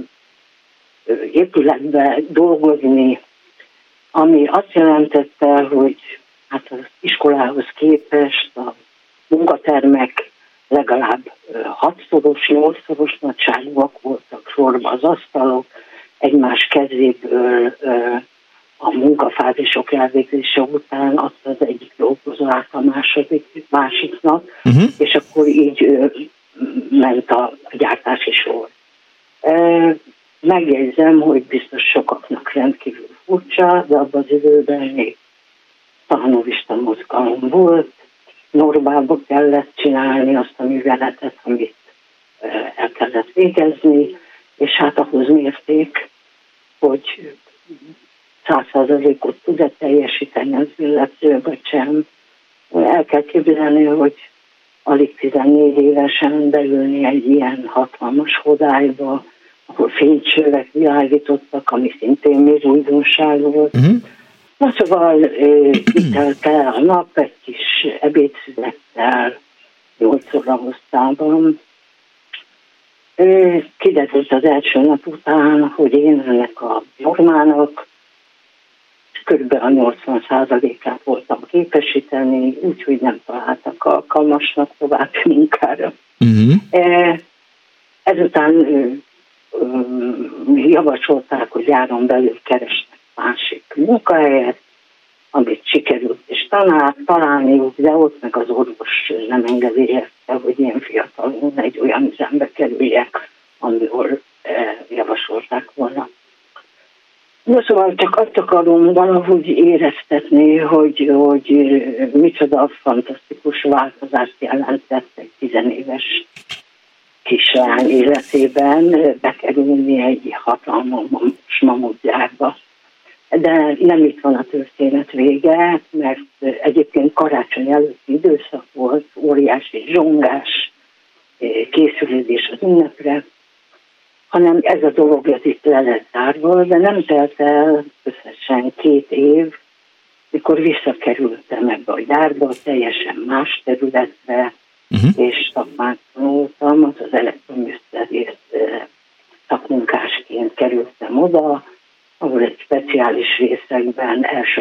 épületbe dolgozni, ami azt jelentette, hogy hát az iskolához képest a munkatermek legalább 6-szoros, 8-szoros nagyságúak voltak sorba az asztalok, egymás kezéből a munkafázisok elvégzése után azt az egyik dolgozó át a másiknak, és akkor így ment a gyártási sor. Megjegyzem, hogy biztos sokaknak rendkívül furcsa, de abban az időben még stahanovista mozgalom volt, normába kellett csinálni azt a műveletet, amit el kellett végezni, és hát ahhoz mérték, hogy 100%-ot tud-e teljesíteni az illető, vagy sem. El kell képzelni, hogy alig 14 évesen beülni egy ilyen hatalmas hodályba, ahol fénycsövek világítottak, ami szintén még újdonság volt. Na szóval itt telt el a nap egy kis ebédszünettel 8 óra hosszában. Kiderült az első nap után, hogy én ennek a normának kb. A 80%-át voltam képesíteni, úgyhogy nem találtak alkalmasnak további munkára. Ezután javasolták, hogy járon belül keresnek másik munkahelyet, amit sikerült is találniuk, de ott meg az orvos nem engedélyezte, hogy ilyen fiatalon egy olyan üzembe kerüljek, amihol javasolták volna. No, szóval csak azt akarom valahogy éreztetni, hogy micsoda fantasztikus változást jelentett egy 10 éves kislány életében bekerülni egy hatalmas mamutgyárba. De nem itt van a történet vége, mert egyébként karácsony előtti időszak volt, óriási zsongás, készülődés az ünnepre, hanem ez a dolog ez itt le lett zárva, de nem telt el összesen 2 év, mikor visszakerültem ebbe a gyárba, teljesen más területre, és szakmát tanultam, az elektroműszerész szakmunkásként kerültem oda, ahol egy speciális részekben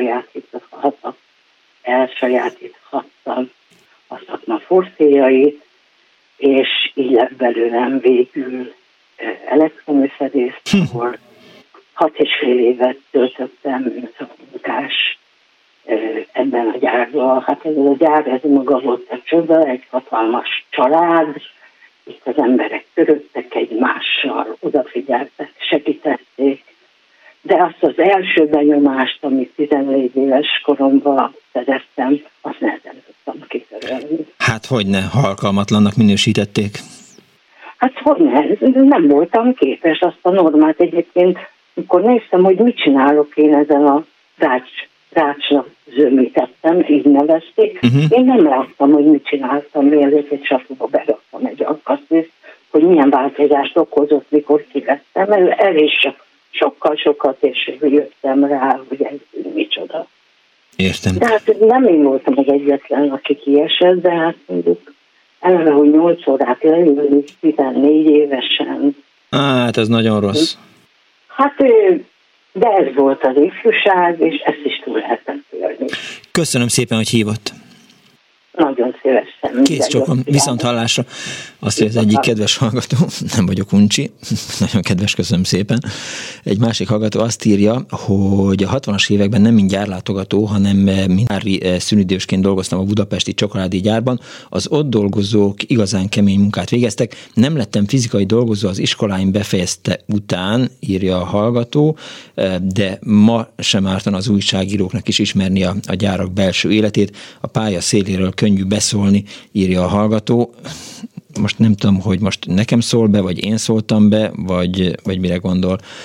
elsajátíthattam a szakma fortéjait, és így lett belőlem végül elektroműszerész, ahol 6,5 évet töltöttem szakmunkás ebben a gyárban. Hát ez a gyár, ez maga volt a csoda, egy hatalmas család, itt az emberek törődtek egymással, odafigyeltek, segítették, de azt az első benyomást, amit 14 éves koromban szereztem, azt nehezen tudtam kitörölni. Hát hogyne, ha alkalmatlannak minősítették? Hát hogyne, nem voltam képes azt a normát. Egyébként, amikor néztem, hogy mit csinálok én ezen a rácsnak zömítettem, így nevezték, én nem láttam, hogy mit csináltam, mielőtt egy sapuba beraktam egy alkatrészt, hogy milyen változást okozott, mikor kivettem. El is sokkal később jöttem rá, hogy ez micsoda. Értem. De hát nem én voltam az egyetlen, aki kiesett, de hát mondjuk eleve, hogy 8 órát leülni 14 évesen. Hát ez nagyon rossz. Hát de ez volt az ifjúság, és ezt is túl lehetett élni. Köszönöm szépen, hogy hívott. Nagyon szívesen. Kész csókom, viszont hallásra. Azt, hogy az egyik kedves hallgató, nem vagyok uncsi, nagyon kedves, köszönöm szépen. Egy másik hallgató azt írja, hogy a 60-as években nem mint gyárlátogató, hanem nyári szünidősként dolgoztam a budapesti csokoládé gyárban. Az ott dolgozók igazán kemény munkát végeztek. Nem lettem fizikai dolgozó az iskoláim befejezte után, írja a hallgató, de ma sem ártana az újságíróknak is ismerni a gyárak belső életét. A pálya széléről könnyű beszólni, írja a hallgató. Most nem tudom, hogy most nekem szól be, vagy én szóltam be, vagy mire gondol.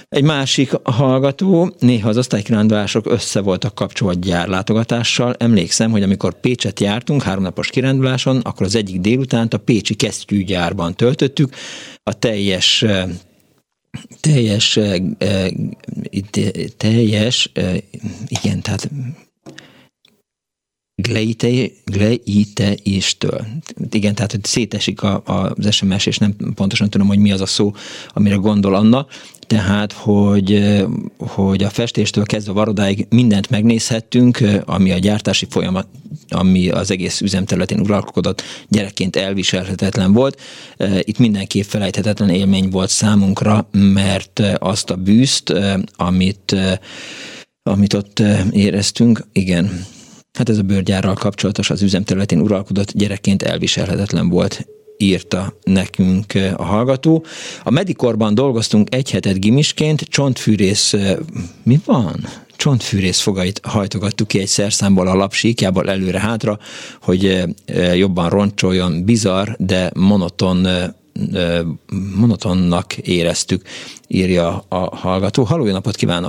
Egy másik hallgató, néha az osztálykirándulások össze voltak kapcsolva gyárlátogatással. Emlékszem, hogy amikor Pécset jártunk 3 napos kiránduláson, akkor az egyik délutánt a pécsi kesztyűgyárban töltöttük. A teljes igen, tehát gleiteistől. Igen, tehát hogy szétesik az SMS, és nem pontosan tudom, hogy mi az a szó, amire gondol Anna. Tehát, hogy a festéstől kezdve a varodáig mindent megnézhettünk, ami a gyártási folyamat, ami az egész üzemterületén uralkodott, gyerekként elviselhetetlen volt. Itt mindenképp felejthetetlen élmény volt számunkra, mert azt a bűzt, amit ott éreztünk, igen, hát ez a bőrgyárral kapcsolatos, az üzemterületén uralkodott, gyerekként elviselhetetlen volt, írta nekünk a hallgató. A Medikorban dolgoztunk 1 hetet gimisként, csontfűrész, mi van? Csontfűrész fogait hajtogattuk ki egy szerszámból a lap síkjából előre-hátra, hogy jobban roncsoljon, bizarr, de monotonnak éreztük, írja a hallgató. Halló, jó napot kívánok!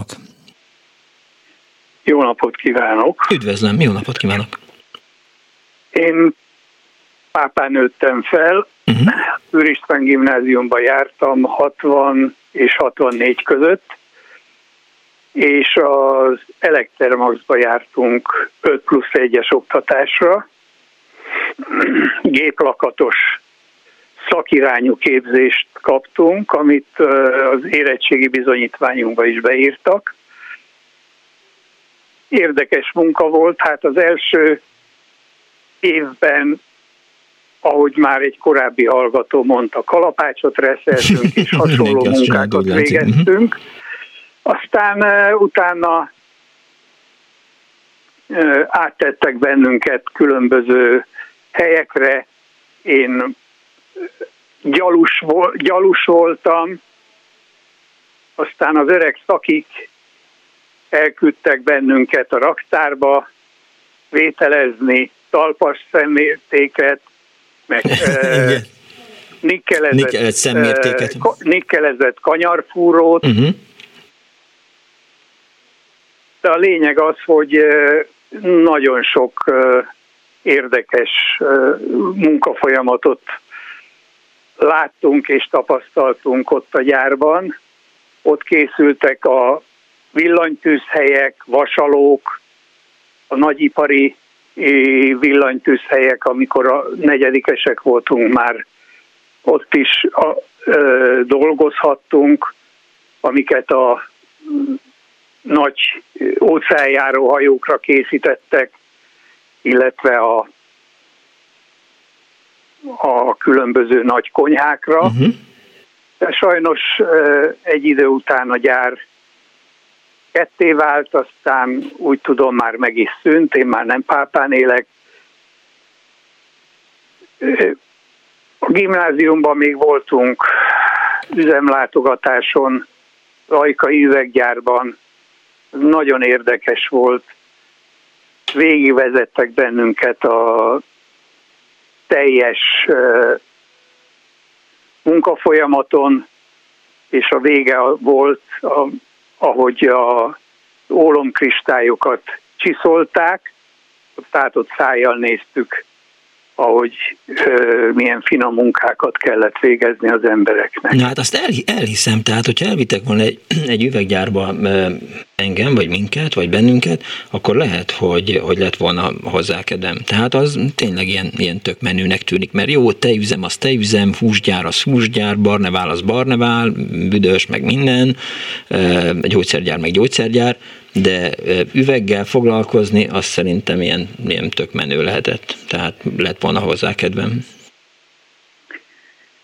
Jó napot kívánok! Üdvözlöm, jó napot kívánok! Én Pápán nőttem fel, Ür István gimnáziumba jártam 60 és 64 között, és az Elektermaxba jártunk 5+1-es oktatásra. Géplakatos szakirányú képzést kaptunk, amit az érettségi bizonyítványunkba is beírtak. Érdekes munka volt, hát az első évben, ahogy már egy korábbi hallgató mondta, kalapácsot reszeltünk, és hasonló munkákat végeztünk. Aztán utána áttettek bennünket különböző helyekre. Én gyalus voltam, aztán az öreg szakik elküldtek bennünket a raktárba vételezni talpas szemmértéket, meg nikkelezett kanyarfúrót. De a lényeg az, hogy nagyon sok érdekes munkafolyamatot láttunk és tapasztaltunk ott a gyárban. Ott készültek a villanytűzhelyek, vasalók, a nagyipari villanytűzhelyek, amikor a negyedikesek voltunk már, ott is dolgozhattunk, amiket a nagy óceánjáró hajókra készítettek, illetve a különböző nagy konyhákra. De sajnos egy idő után a gyár ketté vált, aztán úgy tudom már meg is szűnt, én már nem Pápán élek. A gimnáziumban még voltunk üzemlátogatáson, Rajkai üveggyárban, nagyon érdekes volt. Végigvezettek bennünket a teljes munkafolyamaton, és a vége volt, ahogy az ólomkristályokat csiszolták, tehát ott szájjal néztük, ahogy milyen finom munkákat kellett végezni az embereknek. Na hát azt elhiszem, tehát hogyha elvittek volna egy üveggyárba engem, vagy minket, vagy bennünket, akkor lehet, hogy lett volna hozzá kedvem. Tehát az tényleg ilyen tök menőnek tűnik, mert jó, tejüzem az tejüzem, húsgyár az húsgyár, barnevál az barnevál, büdös meg minden, gyógyszergyár meg gyógyszergyár, de üveggel foglalkozni, az szerintem ilyen tök menő lehetett. Tehát lett volna hozzá kedvem.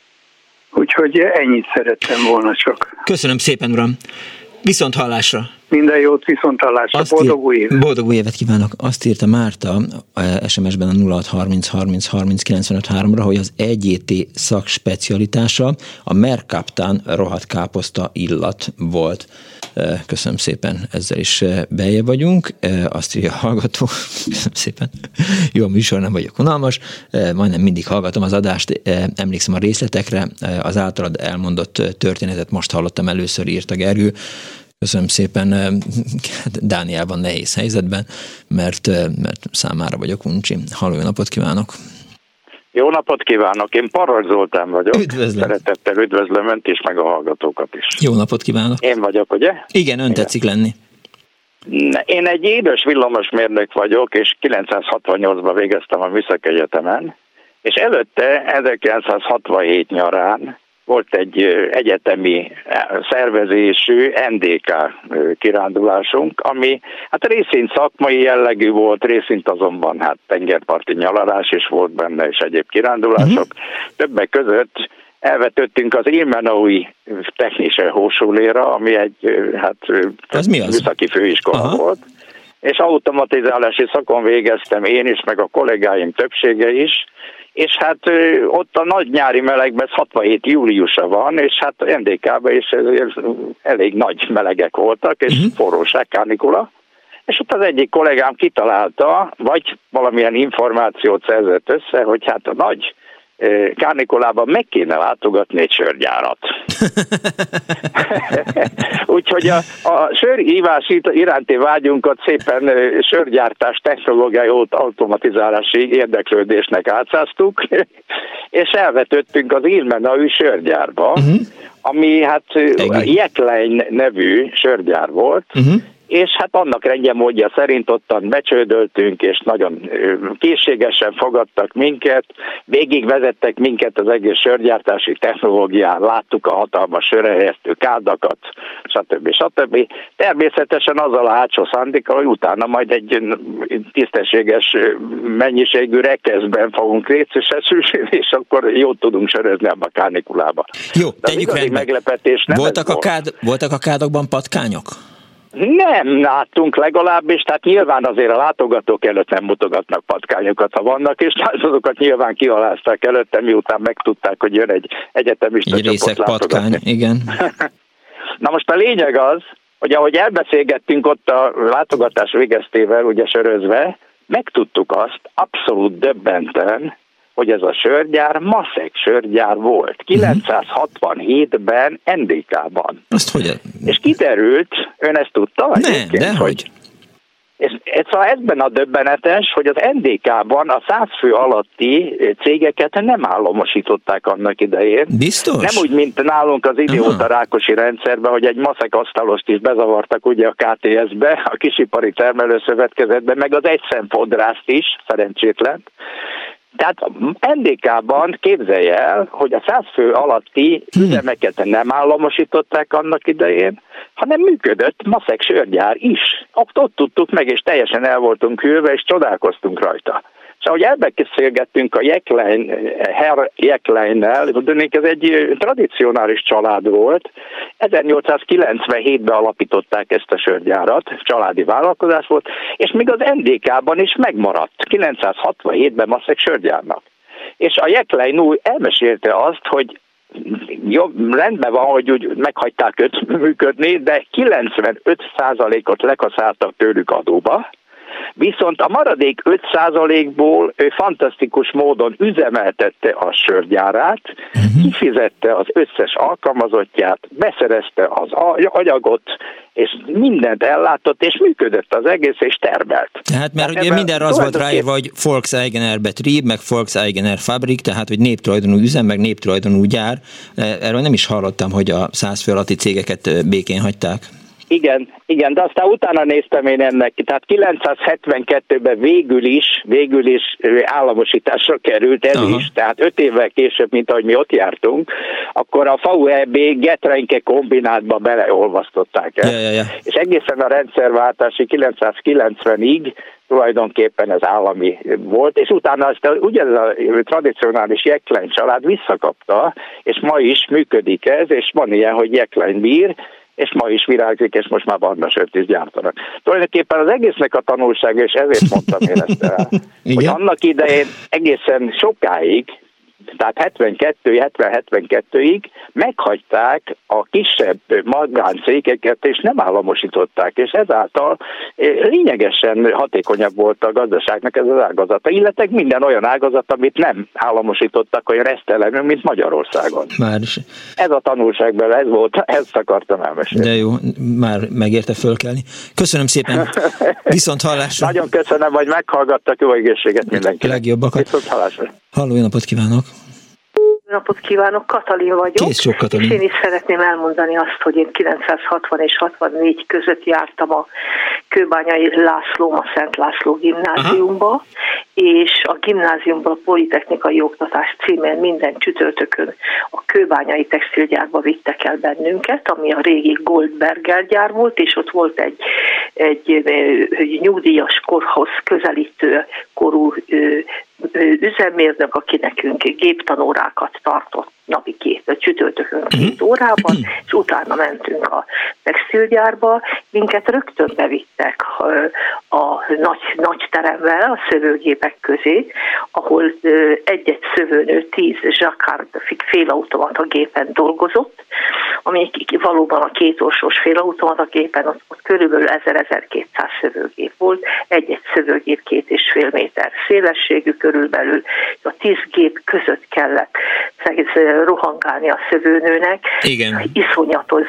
Úgyhogy ennyit szerettem volna csak. Köszönöm szépen, uram. Viszont hallásra. Minden jót, viszonthallásra, boldog új évet! Boldog új évet kívánok! Azt írta Márta SMS-ben a 0630 30 30 95 3-ra, hogy az EGT szakspecialitása a Mercaptán rohadt káposzta illat volt. Köszönöm szépen, ezzel is beljebb vagyunk. Azt írja a hallgató, köszönöm szépen. Jó, a műsor, nem vagyok unalmas. Majdnem mindig hallgatom az adást, emlékszem a részletekre. Az általad elmondott történetet most hallottam először, írta Gergő. Köszönöm szépen. Dániel van nehéz helyzetben, mert számára vagyok uncsi. Halló, jó napot kívánok! Jó napot kívánok! Én Parragy Zoltán vagyok. Üdvözlöm! Szeretettel üdvözlöm Önt is, meg a hallgatókat is. Jó napot kívánok! Én vagyok, ugye? Igen, ön tetszik lenni. Én egy édes villamosmérnök vagyok, és 968-ban végeztem a Műszaki Egyetemen, és előtte 1967 nyarán volt egy egyetemi szervezésű NDK kirándulásunk, ami hát részint szakmai jellegű volt, részint azonban hát tengerparti nyaralás is volt benne, és egyéb kirándulások. Többek között elvetettünk az Ilmenaui Technische Hochschuléra, ami egy műszaki főiskola volt, és automatizálási szakon végeztem én is, meg a kollégáim többsége is, és hát ott a nagy nyári melegben, 67 júliusa van, és hát NDK-ban is elég nagy melegek voltak, és forróság, kánikula. És ott az egyik kollégám kitalálta, vagy valamilyen információt szerzett össze, hogy hát a nagy kánikulában meg kéne látogatni egy sörgyárat. Úgyhogy a sörívás iránti vágyunkat szépen sörgyártás technológiai automatizálási érdeklődésnek átszáztuk, és elvetettünk az Ilmenaui sörgyárba, ami hát Jeklein nevű sörgyár volt, és hát annak rendje módja szerint ottan becsődöltünk, és nagyon készségesen fogadtak minket, végigvezettek minket az egész sörgyártási technológián, láttuk a hatalmas sörrehelyeztő kádakat, stb. Természetesen azzal a hátsó szándékkal, hogy utána majd egy tisztességes mennyiségű rekeszben fogunk részesülni, és akkor jót tudunk sörözni abba a kánikulába. Jó, tegyük rendben. Meglepetés nem voltak a kádokban patkányok? Nem láttunk legalábbis, tehát nyilván azért a látogatók előtt nem mutogatnak patkányokat, ha vannak, és azokat nyilván kialázták előtte, miután megtudták, hogy jön egy egyetemista csoport látogatni. Patkány, igen. Na most a lényeg az, hogy ahogy elbeszélgettünk ott a látogatás végeztével, ugye sörözve, megtudtuk azt abszolút döbbenten, hogy ez a sörgyár Maszek sörgyár volt. 967-ben NDK-ban. Azt hogy? És kiderült, ön ezt tudta? Nem, dehogy. Szóval ezben a döbbenetes, hogy az NDK-ban a 100 fő alatti cégeket nem államosították annak idején. Biztos? Nem úgy, mint nálunk az idióta Rákosi rendszerben, hogy egy Maszek asztalost is bezavartak ugye a KTS-be, a Kisipari Termelőszövetkezetbe, meg az egyszemfodrászt is, szerencsétlen. Tehát NDK-ban képzelje el, hogy a 100 fő alatti üzemeket nem államosították annak idején, hanem működött Maszek sörgyár is. Ott tudtuk meg, és teljesen el voltunk hűlve, és csodálkoztunk rajta. Szóval, hogy elbeszélgettünk a Herr Jekleinnel, ez egy tradicionális család volt. 1897-ben alapították ezt a sörgyárat, családi vállalkozás volt, és még az NDK-ban is megmaradt, 967-ben Maszek sörgyárnak. És a Jeklein úr elmesélte azt, hogy jó, rendben van, hogy úgy meghagyták őt működni, de 95%-ot lekaszáltak tőlük adóba, viszont a maradék 5%-ból ő fantasztikus módon üzemeltette a sörgyárát, kifizette az összes alkalmazottját, beszerezte az anyagot, és mindent ellátott, és működött az egész, és termelt. Tehát mert ugye mindenre az volt ráírva, hogy Volkseigener Betrieb, meg Volkseigener Fabrik, tehát hogy néptulajdonú üzem, meg néptulajdonú gyár. Erről nem is hallottam, hogy a 100 fő alatti cégeket békén hagyták. Igen, de aztán utána néztem én ennek, tehát 972-ben végül is államosításra került ez is, tehát 5 évvel később, mint ahogy mi ott jártunk, akkor a VEB Getränke kombinátba beleolvasztották el. Ja. És egészen a rendszerváltási 990-ig tulajdonképpen ez állami volt, és utána azt ugyanez a tradicionális Jeklein család visszakapta, és ma is működik ez, és van ilyen, hogy Jeklein Bier, és ma is virágzik, és most már barnasört is gyártanak. Tulajdonképpen az egésznek a tanulsága, és ezért mondtam én ezt el, hogy annak idején egészen sokáig, tehát 70-72-ig meghagyták a kisebb magáncégeket, és nem államosították, és ezáltal lényegesen hatékonyabb volt a gazdaságnak ez az ágazata, illetve minden olyan ágazat, amit nem államosítottak olyan esztelenül, mint Magyarországon. Ez a tanulság bele, ez volt, ezt akartam elmesélni. De jó, már megérte fölkelni. Köszönöm szépen, viszont hallásra. Nagyon köszönöm, hogy meghallgattak, jó egészséget mindenkinek. Legjobbakat. Viszont hallásra. Halló, jó napot kívánok! Napot kívánok, Katalin vagyok. Kész sok, Katalin. És én is szeretném elmondani azt, hogy én 960 és 64 között jártam a Kőbányai László, a Szent László gimnáziumba, és a gimnáziumban a politechnikai oktatás címén minden csütörtökön a kőbányai textilgyárba vittek el bennünket, ami a régi Goldberger gyár volt, és ott volt egy nyugdíjas korhoz közelítő korú üzemmérnök, aki nekünk géptanórákat tartott napi csütörtökön 2 órában, és utána mentünk a textilgyárba. Minket rögtön bevittek a nagy terembe, a szövőgépek közé, ahol egy-egy szövőnő 10 Jacquard félautomata gépen dolgozott, ami valóban a 2 orsós félautomata gépen, ott körülbelül 1000-1200 szövőgép volt, egy-egy szövőgép 2,5 méter szélességű körülbelül, a 10 gép között kellett rohangálni a szövőnőnek. Igen. Iszonyatos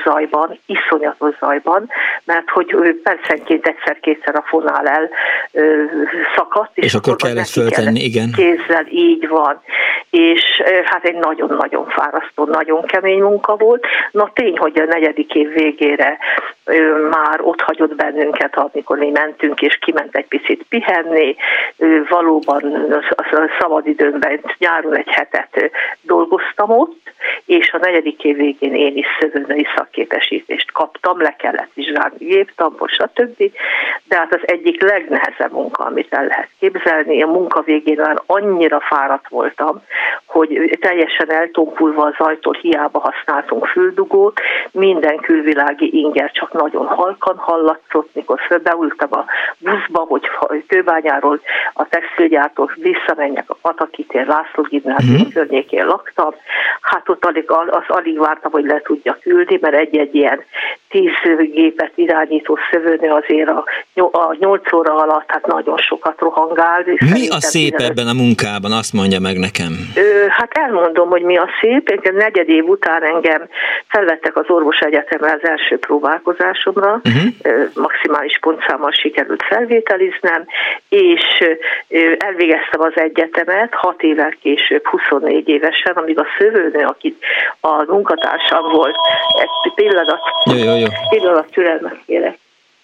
zajban, mert hogy percenként egyszer-kétszer a fonál el szakadt, és akkor kellett föltenni, igen. Kézzel, így van. És hát egy nagyon-nagyon fárasztó, nagyon kemény munka volt. Na tény, hogy a 4. év végére már ott hagyott bennünket, amikor mi mentünk, és kiment egy picit pihenni. Valóban a szabadidőmben nyáron egy hetet dolgoztam ott, és a 4. év végén én is szövőnői szakképesítést kaptam, le kellett vizsgálni géptambot, stb. De hát az egyik legnehezebb munka, amit el lehet képzelni. A munka végén már annyira fáradt voltam, hogy teljesen eltompulva az ajtól hiába használtunk füldugót, minden külvilági inger csak nagyon halkan hallatszott, mikor fölbeültem a buszba, hogy Kőbányáról, a textilgyártól visszamenjek a Pataki tér, László gimnázium környékén laktam. Hát ott alig vártam, hogy le tudja küldni, mert egy-egy ilyen 10 gépet irányító szövőnő azért a 8 óra alatt hát nagyon sokat rohangál. Mi a szép ebben a munkában? Azt mondja meg nekem. Hát elmondom, hogy mi a szép. Engem 4. év után engem felvettek az orvosegyetemre az első próbálkozásomra, maximális pontszámmal sikerült felvételiznem, és elvégeztem az egyetemet 6 évvel később, 24 évesen, amíg a szövőnő, aki a munkatársam volt, egy pillanat, pillanat türelmet kérek.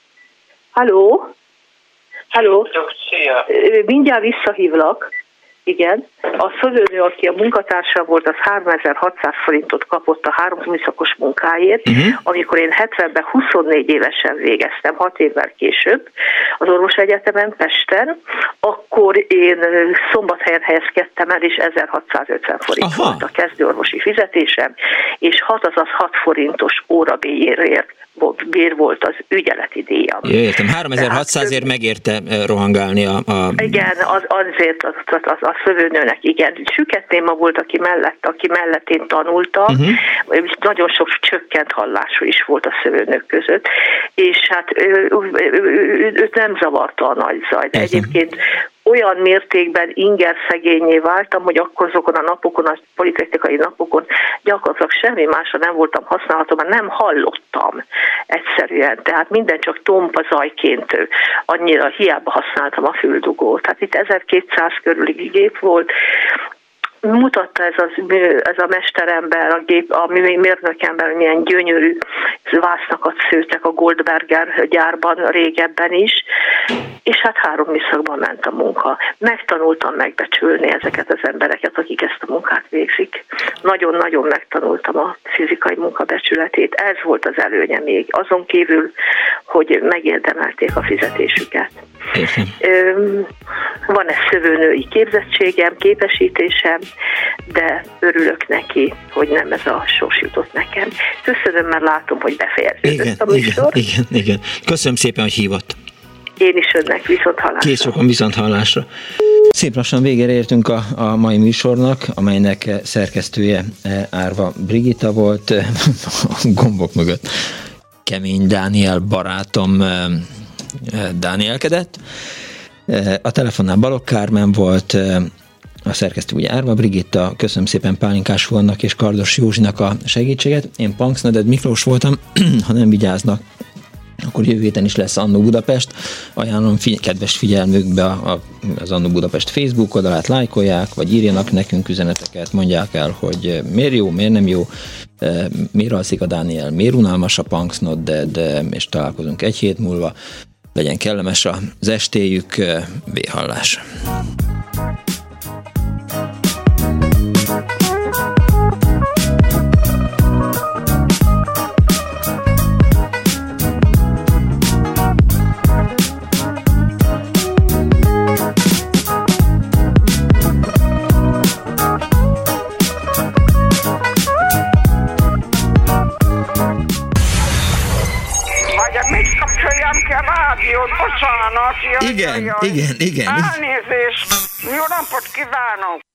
Halló? Mindjárt visszahívlak. Igen. A szövőnő, aki a munkatársa volt, az 3600 forintot kapott a 3 műszakos munkáért, amikor én 70-ben 24 évesen végeztem, 6 évvel később az orvosegyetemen Pesten, akkor én Szombathelyen helyezkedtem el, és 1650 forint volt a kezdőorvosi fizetésem, és 6 forintos bér volt az ügyeleti díjam. Értem, 3600-ért megérte rohangálni Igen, azért a szövőnőnek, igen. Süket Néma volt, aki mellett én tanultam, nagyon sok csökkent hallású is volt a szövőnők között, és hát őt nem zavarta a nagy zaj, de egyébként olyan mértékben ingerszegényé váltam, hogy akkor azokon a napokon, a politechnikai napokon gyakorlatilag semmi másra nem voltam használható, mert nem hallottam egyszerűen. Tehát minden csak tompa zajként, annyira hiába használtam a füldugót. Tehát itt 1200 körüli gép volt, mutatta ez a mesterember, a mérnökember, milyen gyönyörű vásznakat szőtek a Goldberger gyárban régebben is, és hát 3 műszakban ment a munka. Megtanultam megbecsülni ezeket az embereket, akik ezt a munkát végzik. nagyon-nagyon megtanultam a fizikai munkabecsületét. Ez volt az előnye még. Azon kívül, hogy megérdemelték a fizetésüket. Van egy szövőnői képzettségem, képesítésem, de örülök neki, hogy nem ez a sors jutott nekem. Köszönöm, mert látom, hogy befejeződött a műsor. Igen. Köszönöm szépen, hogy hívott. Én is önnek, viszonthallásra. Később viszonthallásra. Szép lassan végére értünk a mai műsornak, amelynek szerkesztője Árva Brigitta volt, a gombok mögött Kemény Dániel barátom Dánielkedett. A telefonnál Balogh Kármen volt, a szerkesztő ugye Árva Brigitta. Köszönöm szépen Pálinkás Huannak és Kardos Józsinak a segítséget. Én Punks Noded Miklós voltam, ha nem vigyáznak, akkor jövő héten is lesz Annó Budapest. Ajánlom kedves figyelmükbe az Annó Budapest Facebook oldalát, lájkolják, vagy írjanak nekünk üzeneteket, mondják el, hogy miért jó, miért nem jó, miért alszik a Dániel, miért unalmas a Punks Not Dead, és találkozunk egy hét múlva. Legyen kellemes az estéjük, véhallás. Bocsánat, igen. Elnézést, jó napot kívánok!